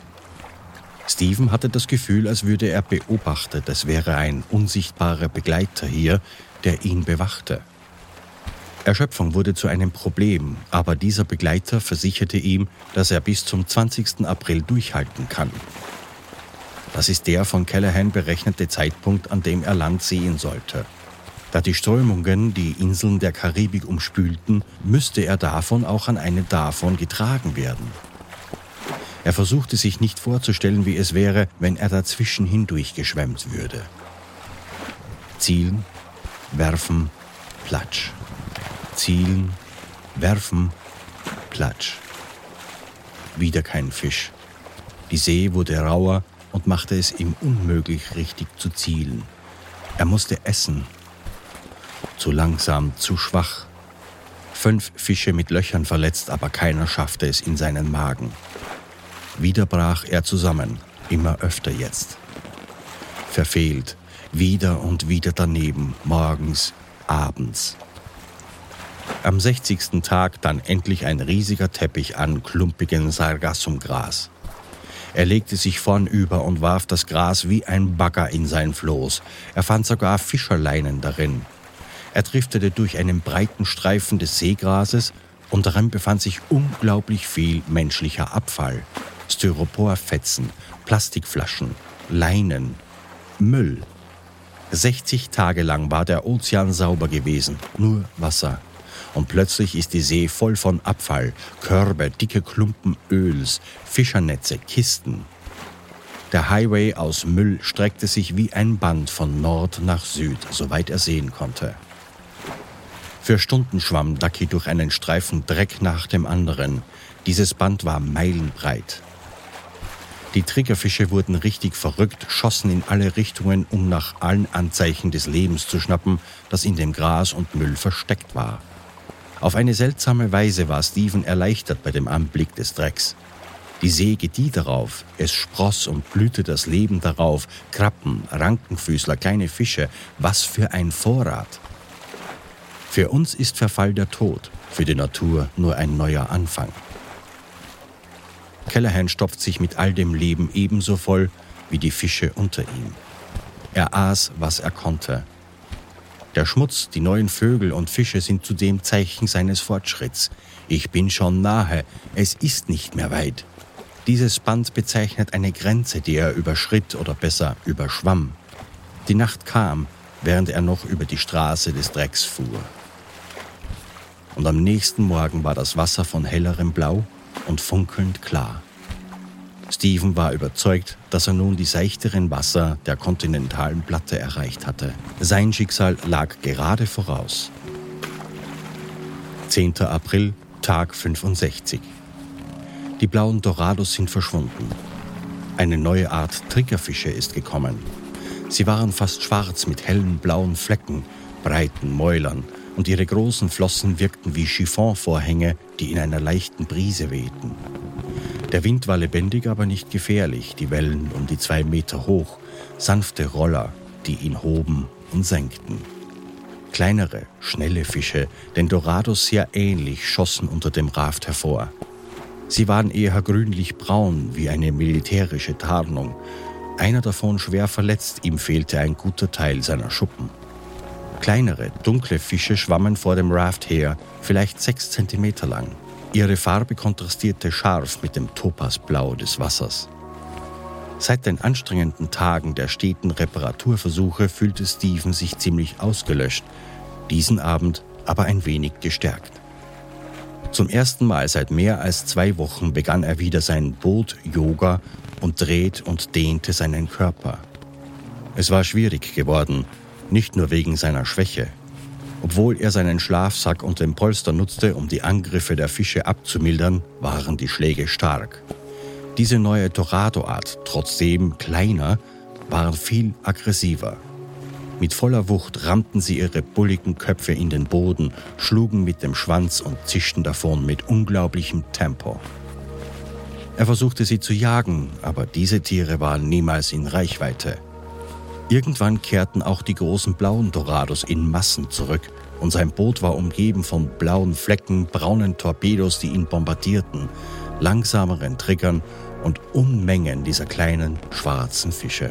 Steven hatte das Gefühl, als würde er beobachtet, es wäre ein unsichtbarer Begleiter hier, der ihn bewachte. Erschöpfung wurde zu einem Problem, aber dieser Begleiter versicherte ihm, dass er bis zum 20. April durchhalten kann. Das ist der von Callahan berechnete Zeitpunkt, an dem er Land sehen sollte. Da die Strömungen die Inseln der Karibik umspülten, müsste er davon auch an eine davon getragen werden. Er versuchte sich nicht vorzustellen, wie es wäre, wenn er dazwischen hindurchgeschwemmt würde. Zielen, werfen, platsch. Zielen, werfen, platsch. Wieder kein Fisch. Die See wurde rauer und machte es ihm unmöglich, richtig zu zielen. Er musste essen. Zu langsam, zu schwach. 5 Fische mit Löchern verletzt, aber keiner schaffte es in seinen Magen. Wieder brach er zusammen, immer öfter jetzt. Verfehlt, wieder und wieder daneben, morgens, abends. Am 60. Tag dann endlich ein riesiger Teppich an klumpigen Sargassumgras. Er legte sich vornüber und warf das Gras wie ein Bagger in sein Floß. Er fand sogar Fischerleinen darin. Er driftete durch einen breiten Streifen des Seegrases und darin befand sich unglaublich viel menschlicher Abfall. Styroporfetzen, Plastikflaschen, Leinen, Müll. 60 Tage lang war der Ozean sauber gewesen, nur Wasser. Und plötzlich ist die See voll von Abfall, Körbe, dicke Klumpen Öls, Fischernetze, Kisten. Der Highway aus Müll streckte sich wie ein Band von Nord nach Süd, soweit er sehen konnte. Für Stunden schwamm Ducky durch einen Streifen Dreck nach dem anderen. Dieses Band war meilenbreit. Die Triggerfische wurden richtig verrückt, schossen in alle Richtungen, um nach allen Anzeichen des Lebens zu schnappen, das in dem Gras und Müll versteckt war. Auf eine seltsame Weise war Stephen erleichtert bei dem Anblick des Drecks. Die See gedieh darauf, es spross und blühte das Leben darauf, Krabben, Rankenfüßler, kleine Fische, was für ein Vorrat. Für uns ist Verfall der Tod, für die Natur nur ein neuer Anfang. Callahan stopft sich mit all dem Leben ebenso voll wie die Fische unter ihm. Er aß, was er konnte. Der Schmutz, die neuen Vögel und Fische sind zudem Zeichen seines Fortschritts. Ich bin schon nahe, es ist nicht mehr weit. Dieses Band bezeichnet eine Grenze, die er überschritt oder besser überschwamm. Die Nacht kam, während er noch über die Straße des Drecks fuhr. Und am nächsten Morgen war das Wasser von hellerem Blau und funkelnd klar. Stephen war überzeugt, dass er nun die seichteren Wasser der kontinentalen Platte erreicht hatte. Sein Schicksal lag gerade voraus. 10. April, Tag 65. Die blauen Dorados sind verschwunden. Eine neue Art Triggerfische ist gekommen. Sie waren fast schwarz mit hellen blauen Flecken, breiten Mäulern, und ihre großen Flossen wirkten wie Chiffonvorhänge, die in einer leichten Brise wehten. Der Wind war lebendig, aber nicht gefährlich, die Wellen um die 2 Meter hoch, sanfte Roller, die ihn hoben und senkten. Kleinere, schnelle Fische, den Dorados sehr ähnlich, schossen unter dem Raft hervor. Sie waren eher grünlich-braun, wie eine militärische Tarnung. Einer davon schwer verletzt, ihm fehlte ein guter Teil seiner Schuppen. Kleinere, dunkle Fische schwammen vor dem Raft her, vielleicht 6 Zentimeter lang. Ihre Farbe kontrastierte scharf mit dem Topasblau des Wassers. Seit den anstrengenden Tagen der steten Reparaturversuche fühlte Stephen sich ziemlich ausgelöscht, diesen Abend aber ein wenig gestärkt. Zum ersten Mal seit mehr als 2 Wochen begann er wieder sein Boot-Yoga und dreht und dehnte seinen Körper. Es war schwierig geworden, nicht nur wegen seiner Schwäche. Obwohl er seinen Schlafsack und den Polster nutzte, um die Angriffe der Fische abzumildern, waren die Schläge stark. Diese neue Dorado-Art, trotzdem kleiner, war viel aggressiver. Mit voller Wucht rammten sie ihre bulligen Köpfe in den Boden, schlugen mit dem Schwanz und zischten davon mit unglaublichem Tempo. Er versuchte sie zu jagen, aber diese Tiere waren niemals in Reichweite. Irgendwann kehrten auch die großen blauen Dorados in Massen zurück und sein Boot war umgeben von blauen Flecken, braunen Torpedos, die ihn bombardierten, langsameren Triggern und Unmengen dieser kleinen, schwarzen Fische.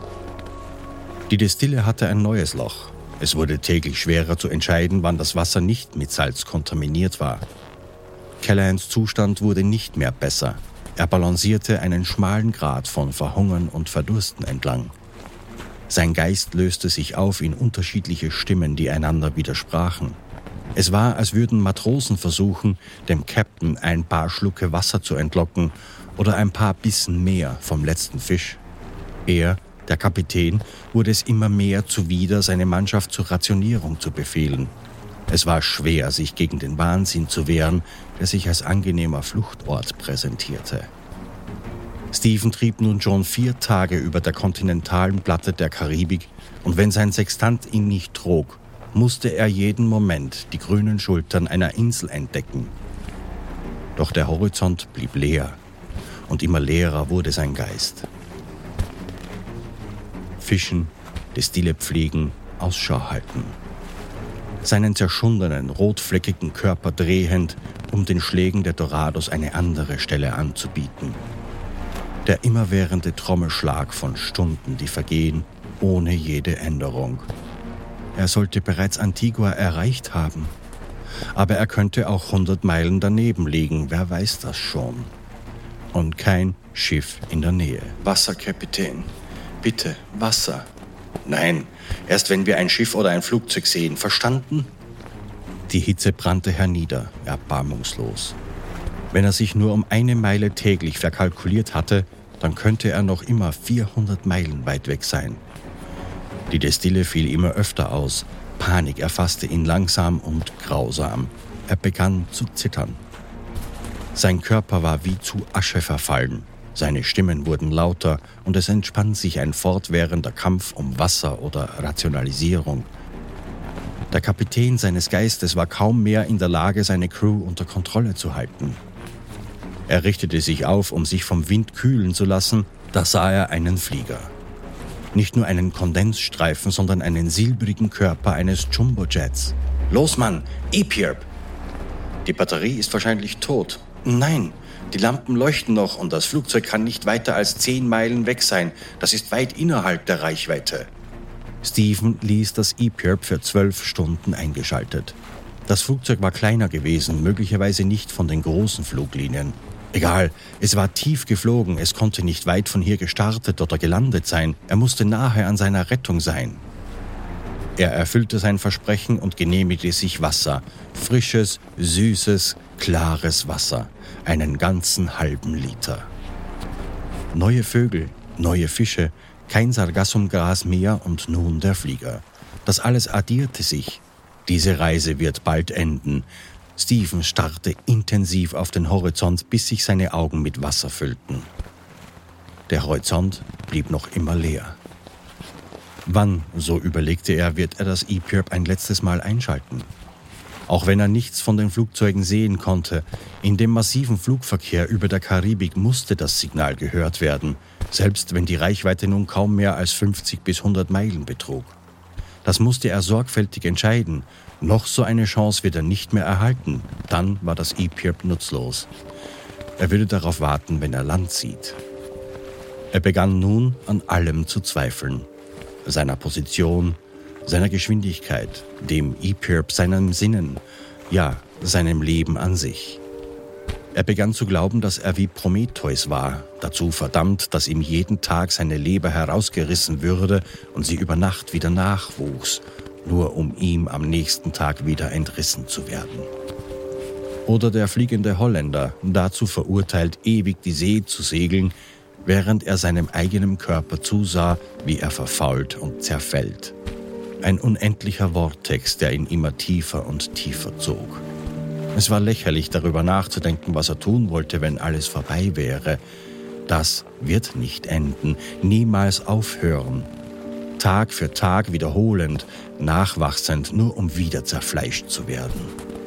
Die Destille hatte ein neues Loch. Es wurde täglich schwerer zu entscheiden, wann das Wasser nicht mit Salz kontaminiert war. Callahans Zustand wurde nicht mehr besser. Er balancierte einen schmalen Grat von Verhungern und Verdursten entlang. Sein Geist löste sich auf in unterschiedliche Stimmen, die einander widersprachen. Es war, als würden Matrosen versuchen, dem Captain ein paar Schlucke Wasser zu entlocken oder ein paar Bissen mehr vom letzten Fisch. Er, der Kapitän, wurde es immer mehr zuwider, seine Mannschaft zur Rationierung zu befehlen. Es war schwer, sich gegen den Wahnsinn zu wehren, der sich als angenehmer Fluchtort präsentierte. Stephen trieb nun schon 4 Tage über der kontinentalen Platte der Karibik und wenn sein Sextant ihn nicht trug, musste er jeden Moment die grünen Schultern einer Insel entdecken. Doch der Horizont blieb leer und immer leerer wurde sein Geist. Fischen, Destille pflegen, Ausschau halten. Seinen zerschundenen, rotfleckigen Körper drehend, um den Schlägen der Dorados eine andere Stelle anzubieten. Der immerwährende Trommelschlag von Stunden, die vergehen, ohne jede Änderung. Er sollte bereits Antigua erreicht haben. Aber er könnte auch 100 Meilen daneben liegen, wer weiß das schon. Und kein Schiff in der Nähe. Wasser, Kapitän. Bitte, Wasser. Nein, erst wenn wir ein Schiff oder ein Flugzeug sehen, verstanden? Die Hitze brannte hernieder, erbarmungslos. Wenn er sich nur um 1 Meile täglich verkalkuliert hatte, dann könnte er noch immer 400 Meilen weit weg sein. Die Destille fiel immer öfter aus. Panik erfasste ihn langsam und grausam. Er begann zu zittern. Sein Körper war wie zu Asche verfallen. Seine Stimmen wurden lauter und es entspann sich ein fortwährender Kampf um Wasser oder Rationalisierung. Der Kapitän seines Geistes war kaum mehr in der Lage, seine Crew unter Kontrolle zu halten. Er richtete sich auf, um sich vom Wind kühlen zu lassen, da sah er einen Flieger. Nicht nur einen Kondensstreifen, sondern einen silbrigen Körper eines Jumbojets. »Los, Mann! E-Pirp!« »Die Batterie ist wahrscheinlich tot.« »Nein, die Lampen leuchten noch und das Flugzeug kann nicht weiter als 10 Meilen weg sein. Das ist weit innerhalb der Reichweite.« Stephen ließ das E-Pirp für 12 Stunden eingeschaltet. Das Flugzeug war kleiner gewesen, möglicherweise nicht von den großen Fluglinien. Egal, es war tief geflogen, es konnte nicht weit von hier gestartet oder gelandet sein. Er musste nahe an seiner Rettung sein. Er erfüllte sein Versprechen und genehmigte sich Wasser. Frisches, süßes, klares Wasser. Einen ganzen halben Liter. Neue Vögel, neue Fische, kein Sargassumgras mehr und nun der Flieger. Das alles addierte sich. Diese Reise wird bald enden. Stephen starrte intensiv auf den Horizont, bis sich seine Augen mit Wasser füllten. Der Horizont blieb noch immer leer. Wann, so überlegte er, wird er das E-Pirp ein letztes Mal einschalten? Auch wenn er nichts von den Flugzeugen sehen konnte, in dem massiven Flugverkehr über der Karibik musste das Signal gehört werden, selbst wenn die Reichweite nun kaum mehr als 50 bis 100 Meilen betrug. Das musste er sorgfältig entscheiden. Noch so eine Chance wird er nicht mehr erhalten. Dann war das E-Pirp nutzlos. Er würde darauf warten, wenn er Land sieht. Er begann nun an allem zu zweifeln. Seiner Position, seiner Geschwindigkeit, dem E-Pirp, seinen Sinnen, ja, seinem Leben an sich. Er begann zu glauben, dass er wie Prometheus war, dazu verdammt, dass ihm jeden Tag seine Leber herausgerissen würde und sie über Nacht wieder nachwuchs, nur um ihm am nächsten Tag wieder entrissen zu werden. Oder der fliegende Holländer, dazu verurteilt, ewig die See zu segeln, während er seinem eigenen Körper zusah, wie er verfault und zerfällt. Ein unendlicher Vortex, der ihn immer tiefer und tiefer zog. Es war lächerlich, darüber nachzudenken, was er tun wollte, wenn alles vorbei wäre. Das wird nicht enden, niemals aufhören. Tag für Tag wiederholend, nachwachsend, nur um wieder zerfleischt zu werden.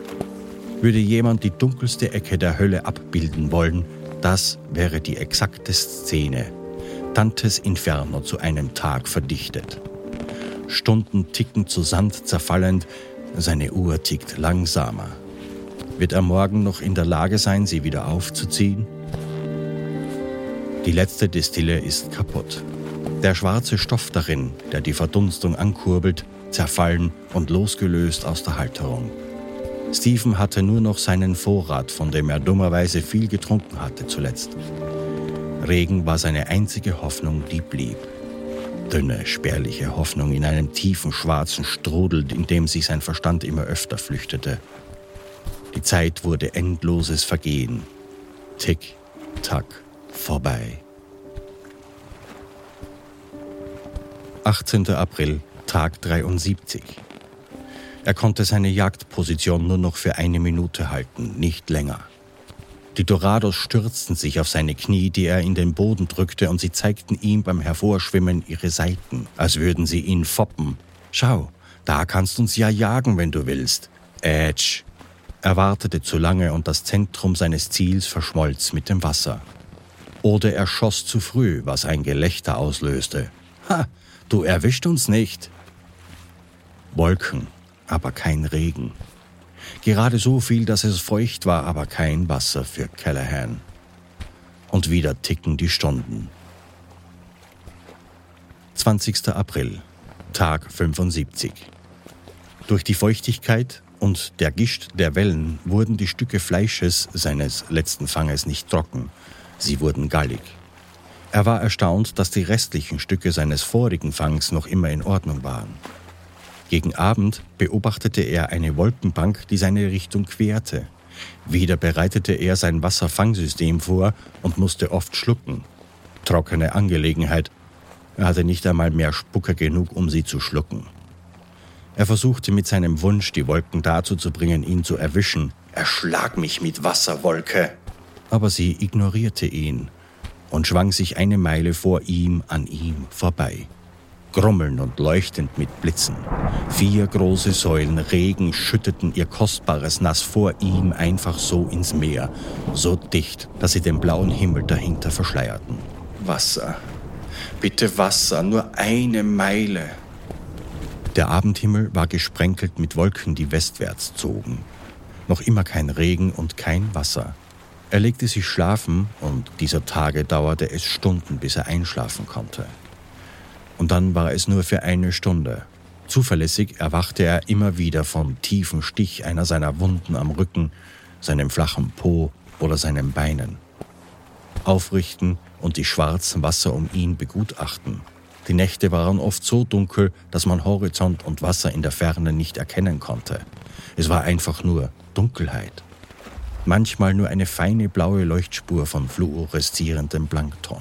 Würde jemand die dunkelste Ecke der Hölle abbilden wollen, das wäre die exakte Szene. Dantes Inferno zu einem Tag verdichtet. Stunden ticken zu Sand zerfallend, seine Uhr tickt langsamer. Wird er morgen noch in der Lage sein, sie wieder aufzuziehen? Die letzte Destille ist kaputt. Der schwarze Stoff darin, der die Verdunstung ankurbelt, zerfallen und losgelöst aus der Halterung. Stephen hatte nur noch seinen Vorrat, von dem er dummerweise viel getrunken hatte zuletzt. Regen war seine einzige Hoffnung, die blieb. Dünne, spärliche Hoffnung in einem tiefen, schwarzen Strudel, in dem sich sein Verstand immer öfter flüchtete. Die Zeit wurde endloses Vergehen. Tick, tack, vorbei. 18. April, Tag 73. Er konnte seine Jagdposition nur noch für 1 Minute halten, nicht länger. Die Dorados stürzten sich auf seine Knie, die er in den Boden drückte, und sie zeigten ihm beim Hervorschwimmen ihre Seiten, als würden sie ihn foppen. »Schau, da kannst uns ja jagen, wenn du willst.« Ätsch. Er wartete zu lange und das Zentrum seines Ziels verschmolz mit dem Wasser. Oder er schoss zu früh, was ein Gelächter auslöste. »Ha, du erwischt uns nicht!« Wolken, aber kein Regen. Gerade so viel, dass es feucht war, aber kein Wasser für Callahan. Und wieder ticken die Stunden. 20. April, Tag 75. Durch die Feuchtigkeit und der Gischt der Wellen wurden die Stücke Fleisches seines letzten Fanges nicht trocken. Sie wurden gallig. Er war erstaunt, dass die restlichen Stücke seines vorigen Fangs noch immer in Ordnung waren. Gegen Abend beobachtete er eine Wolkenbank, die seine Richtung querte. Wieder bereitete er sein Wasserfangsystem vor und musste oft schlucken. Trockene Angelegenheit. Er hatte nicht einmal mehr Spucke genug, um sie zu schlucken. Er versuchte mit seinem Wunsch, die Wolken dazu zu bringen, ihn zu erwischen. »Erschlag mich mit Wasserwolke!« Aber sie ignorierte ihn und schwang sich 1 Meile vor ihm an ihm vorbei. grummelnd und leuchtend mit Blitzen. 4 große Säulen Regen schütteten ihr kostbares Nass vor ihm einfach so ins Meer, so dicht, dass sie den blauen Himmel dahinter verschleierten. Wasser, bitte Wasser, nur eine Meile. Der Abendhimmel war gesprenkelt mit Wolken, die westwärts zogen. Noch immer kein Regen und kein Wasser. Er legte sich schlafen und dieser Tage dauerte es Stunden, bis er einschlafen konnte. Und dann war es nur für 1 Stunde. Zuverlässig erwachte er immer wieder vom tiefen Stich einer seiner Wunden am Rücken, seinem flachen Po oder seinen Beinen. Aufrichten und die schwarzen Wasser um ihn begutachten. Die Nächte waren oft so dunkel, dass man Horizont und Wasser in der Ferne nicht erkennen konnte. Es war einfach nur Dunkelheit. Manchmal nur eine feine blaue Leuchtspur von fluoreszierendem Plankton.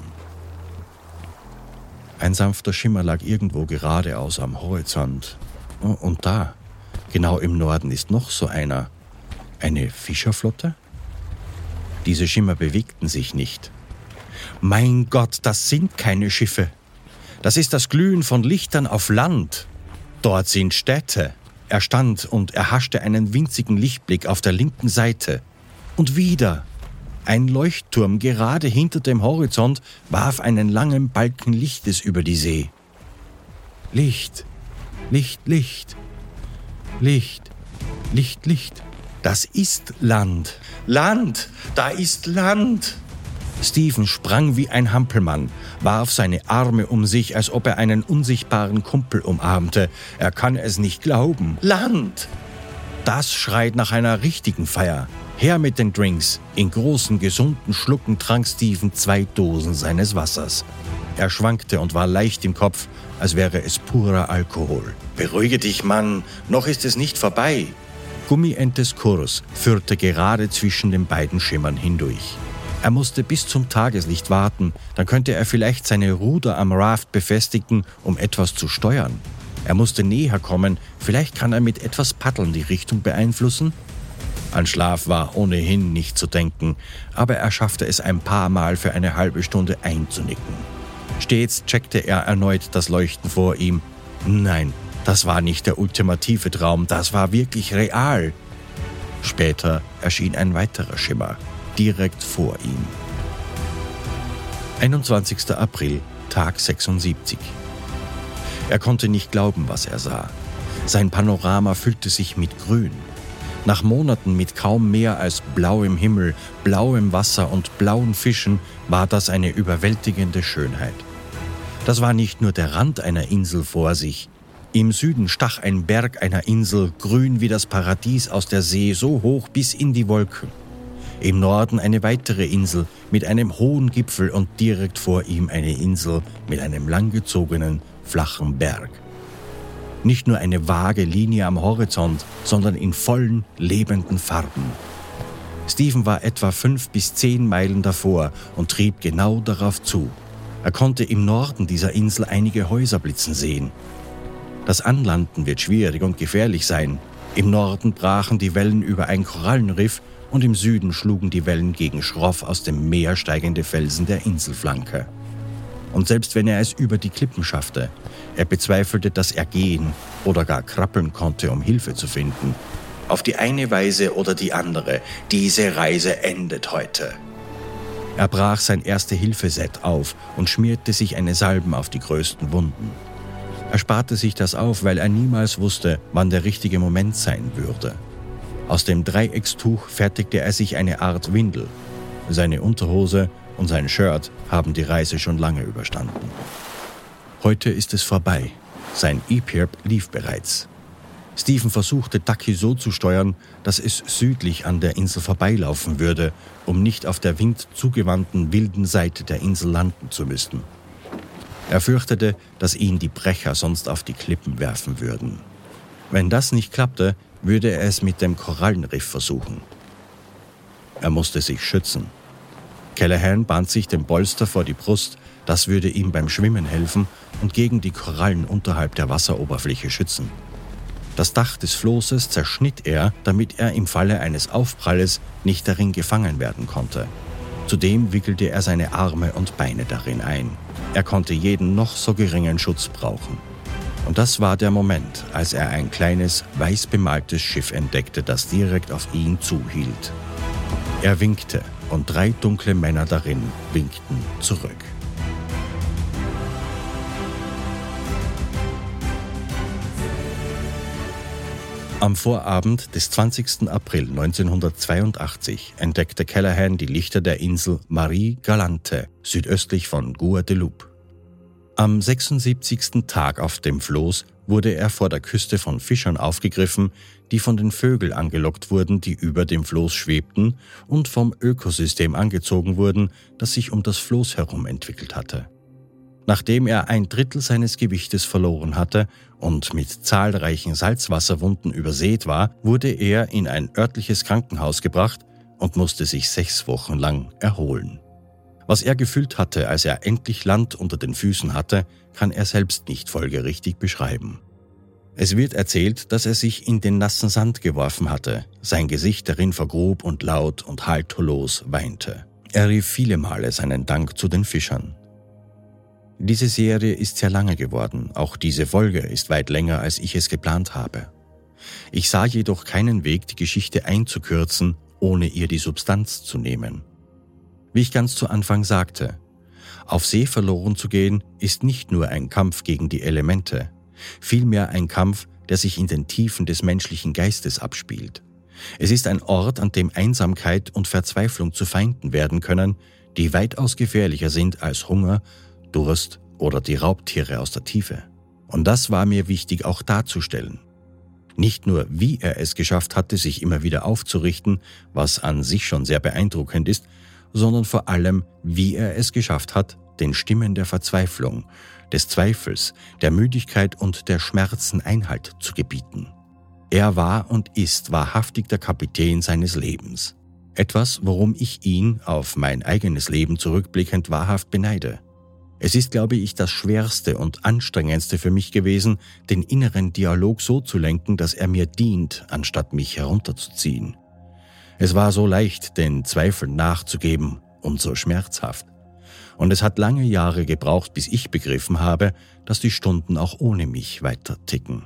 Ein sanfter Schimmer lag irgendwo geradeaus am Horizont. Und da, genau im Norden, ist noch so einer. Eine Fischerflotte? Diese Schimmer bewegten sich nicht. Mein Gott, das sind keine Schiffe. Das ist das Glühen von Lichtern auf Land. Dort sind Städte. Er stand und erhaschte einen winzigen Lichtblick auf der linken Seite. Und wieder. Ein Leuchtturm gerade hinter dem Horizont warf einen langen Balken Lichtes über die See. Licht, Licht, Licht, Licht, Licht, Licht. Das ist Land. Land, da ist Land. Stephen sprang wie ein Hampelmann, warf seine Arme um sich, als ob er einen unsichtbaren Kumpel umarmte. Er kann es nicht glauben. Land! Das schreit nach einer richtigen Feier. Her mit den Drinks. In großen, gesunden Schlucken trank Stephen 2 Dosen seines Wassers. Er schwankte und war leicht im Kopf, als wäre es purer Alkohol. Beruhige dich, Mann, noch ist es nicht vorbei. Gummientes Kurs führte gerade zwischen den beiden Schimmern hindurch. Er musste bis zum Tageslicht warten, dann könnte er vielleicht seine Ruder am Raft befestigen, um etwas zu steuern. Er musste näher kommen, vielleicht kann er mit etwas Paddeln die Richtung beeinflussen. An Schlaf war ohnehin nicht zu denken, aber er schaffte es ein paar Mal für eine halbe Stunde einzunicken. Stets checkte er erneut das Leuchten vor ihm. Nein, das war nicht der ultimative Traum, das war wirklich real. Später erschien ein weiterer Schimmer, direkt vor ihm. 21. April, Tag 76. Er konnte nicht glauben, was er sah. Sein Panorama füllte sich mit Grün. Nach Monaten mit kaum mehr als blauem Himmel, blauem Wasser und blauen Fischen war das eine überwältigende Schönheit. Das war nicht nur der Rand einer Insel vor sich. Im Süden stach ein Berg einer Insel, grün wie das Paradies aus der See, so hoch bis in die Wolken. Im Norden eine weitere Insel mit einem hohen Gipfel und direkt vor ihm eine Insel mit einem langgezogenen, flachen Berg. Nicht nur eine vage Linie am Horizont, sondern in vollen, lebenden Farben. Stephen war etwa 5 bis 10 Meilen davor und trieb genau darauf zu. Er konnte im Norden dieser Insel einige Häuser blitzen sehen. Das Anlanden wird schwierig und gefährlich sein. Im Norden brachen die Wellen über ein Korallenriff und im Süden schlugen die Wellen gegen schroff aus dem Meer steigende Felsen der Inselflanke. Und selbst wenn er es über die Klippen schaffte, er bezweifelte, dass er gehen oder gar krabbeln konnte, um Hilfe zu finden. Auf die eine Weise oder die andere, diese Reise endet heute. Er brach sein Erste-Hilfe-Set auf und schmierte sich eine Salben auf die größten Wunden. Er sparte sich das auf, weil er niemals wusste, wann der richtige Moment sein würde. Aus dem Dreieckstuch fertigte er sich eine Art Windel. Seine Unterhose und sein Shirt haben die Reise schon lange überstanden. Heute ist es vorbei. Sein E-Pirp lief bereits. Stephen versuchte, Ducky so zu steuern, dass es südlich an der Insel vorbeilaufen würde, um nicht auf der windzugewandten wilden Seite der Insel landen zu müssen. Er fürchtete, dass ihn die Brecher sonst auf die Klippen werfen würden. Wenn das nicht klappte, würde er es mit dem Korallenriff versuchen. Er musste sich schützen. Callahan band sich den Bolster vor die Brust, das würde ihm beim Schwimmen helfen und gegen die Korallen unterhalb der Wasseroberfläche schützen. Das Dach des Flosses zerschnitt er, damit er im Falle eines Aufpralles nicht darin gefangen werden konnte. Zudem wickelte er seine Arme und Beine darin ein. Er konnte jeden noch so geringen Schutz brauchen. Und das war der Moment, als er ein kleines, weiß bemaltes Schiff entdeckte, das direkt auf ihn zuhielt. Er winkte und 3 dunkle Männer darin winkten zurück. Am Vorabend des 20. April 1982 entdeckte Callahan die Lichter der Insel Marie Galante, südöstlich von Guadeloupe. Am 76. Tag auf dem Floß wurde er vor der Küste von Fischern aufgegriffen, die von den Vögeln angelockt wurden, die über dem Floß schwebten, und vom Ökosystem angezogen wurden, das sich um das Floß herum entwickelt hatte. Nachdem er 1/3 seines Gewichtes verloren hatte und mit zahlreichen Salzwasserwunden übersät war, wurde er in ein örtliches Krankenhaus gebracht und musste sich 6 Wochen lang erholen. Was er gefühlt hatte, als er endlich Land unter den Füßen hatte, kann er selbst nicht folgerichtig beschreiben. Es wird erzählt, dass er sich in den nassen Sand geworfen hatte, sein Gesicht darin vergrub und laut und haltlos weinte. Er rief viele Male seinen Dank zu den Fischern. Diese Serie ist sehr lange geworden, auch diese Folge ist weit länger, als ich es geplant habe. Ich sah jedoch keinen Weg, die Geschichte einzukürzen, ohne ihr die Substanz zu nehmen. Wie ich ganz zu Anfang sagte, auf See verloren zu gehen, ist nicht nur ein Kampf gegen die Elemente, vielmehr ein Kampf, der sich in den Tiefen des menschlichen Geistes abspielt. Es ist ein Ort, an dem Einsamkeit und Verzweiflung zu Feinden werden können, die weitaus gefährlicher sind als Hunger, Durst oder die Raubtiere aus der Tiefe. Und das war mir wichtig auch darzustellen. Nicht nur, wie er es geschafft hatte, sich immer wieder aufzurichten, was an sich schon sehr beeindruckend ist, sondern vor allem, wie er es geschafft hat, den Stimmen der Verzweiflung, des Zweifels, der Müdigkeit und der Schmerzen Einhalt zu gebieten. Er war und ist wahrhaftig der Kapitän seines Lebens. Etwas, worum ich ihn auf mein eigenes Leben zurückblickend wahrhaft beneide. Es ist, glaube ich, das Schwerste und Anstrengendste für mich gewesen, den inneren Dialog so zu lenken, dass er mir dient, anstatt mich herunterzuziehen. Es war so leicht, den Zweifeln nachzugeben und so schmerzhaft. Und es hat lange Jahre gebraucht, bis ich begriffen habe, dass die Stunden auch ohne mich weiter ticken.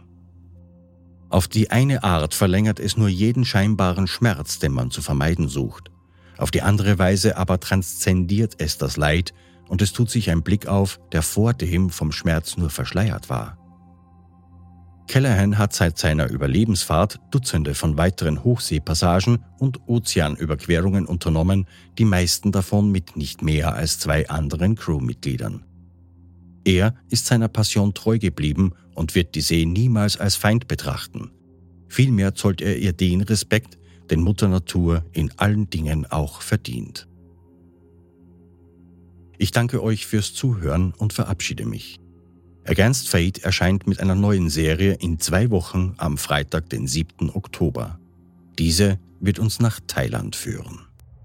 Auf die eine Art verlängert es nur jeden scheinbaren Schmerz, den man zu vermeiden sucht. Auf die andere Weise aber transzendiert es das Leid und es tut sich ein Blick auf, der vordem vom Schmerz nur verschleiert war. Callahan hat seit seiner Überlebensfahrt Dutzende von weiteren Hochseepassagen und Ozeanüberquerungen unternommen, die meisten davon mit nicht mehr als 2 anderen Crewmitgliedern. Er ist seiner Passion treu geblieben und wird die See niemals als Feind betrachten. Vielmehr zollt er ihr den Respekt, den Mutter Natur in allen Dingen auch verdient. Ich danke euch fürs Zuhören und verabschiede mich. Against Fate erscheint mit einer neuen Serie in 2 Wochen am Freitag, den 7. Oktober. Diese wird uns nach Thailand führen.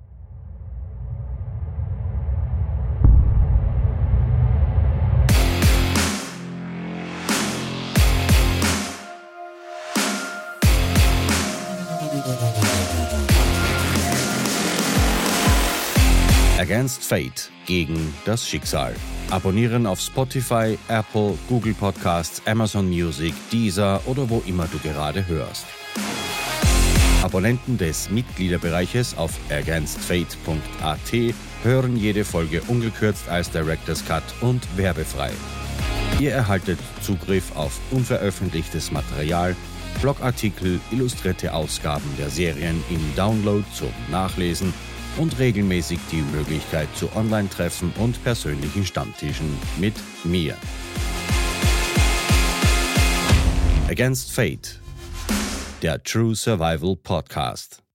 Against Fate, gegen das Schicksal. Abonnieren auf Spotify, Apple, Google Podcasts, Amazon Music, Deezer oder wo immer du gerade hörst. Abonnenten des Mitgliederbereiches auf againstfate.at hören jede Folge ungekürzt als Director's Cut und werbefrei. Ihr erhaltet Zugriff auf unveröffentlichtes Material, Blogartikel, illustrierte Ausgaben der Serien im Download zum Nachlesen und regelmäßig die Möglichkeit zu Online-Treffen und persönlichen Stammtischen mit mir. Against Fate, der True Survival Podcast.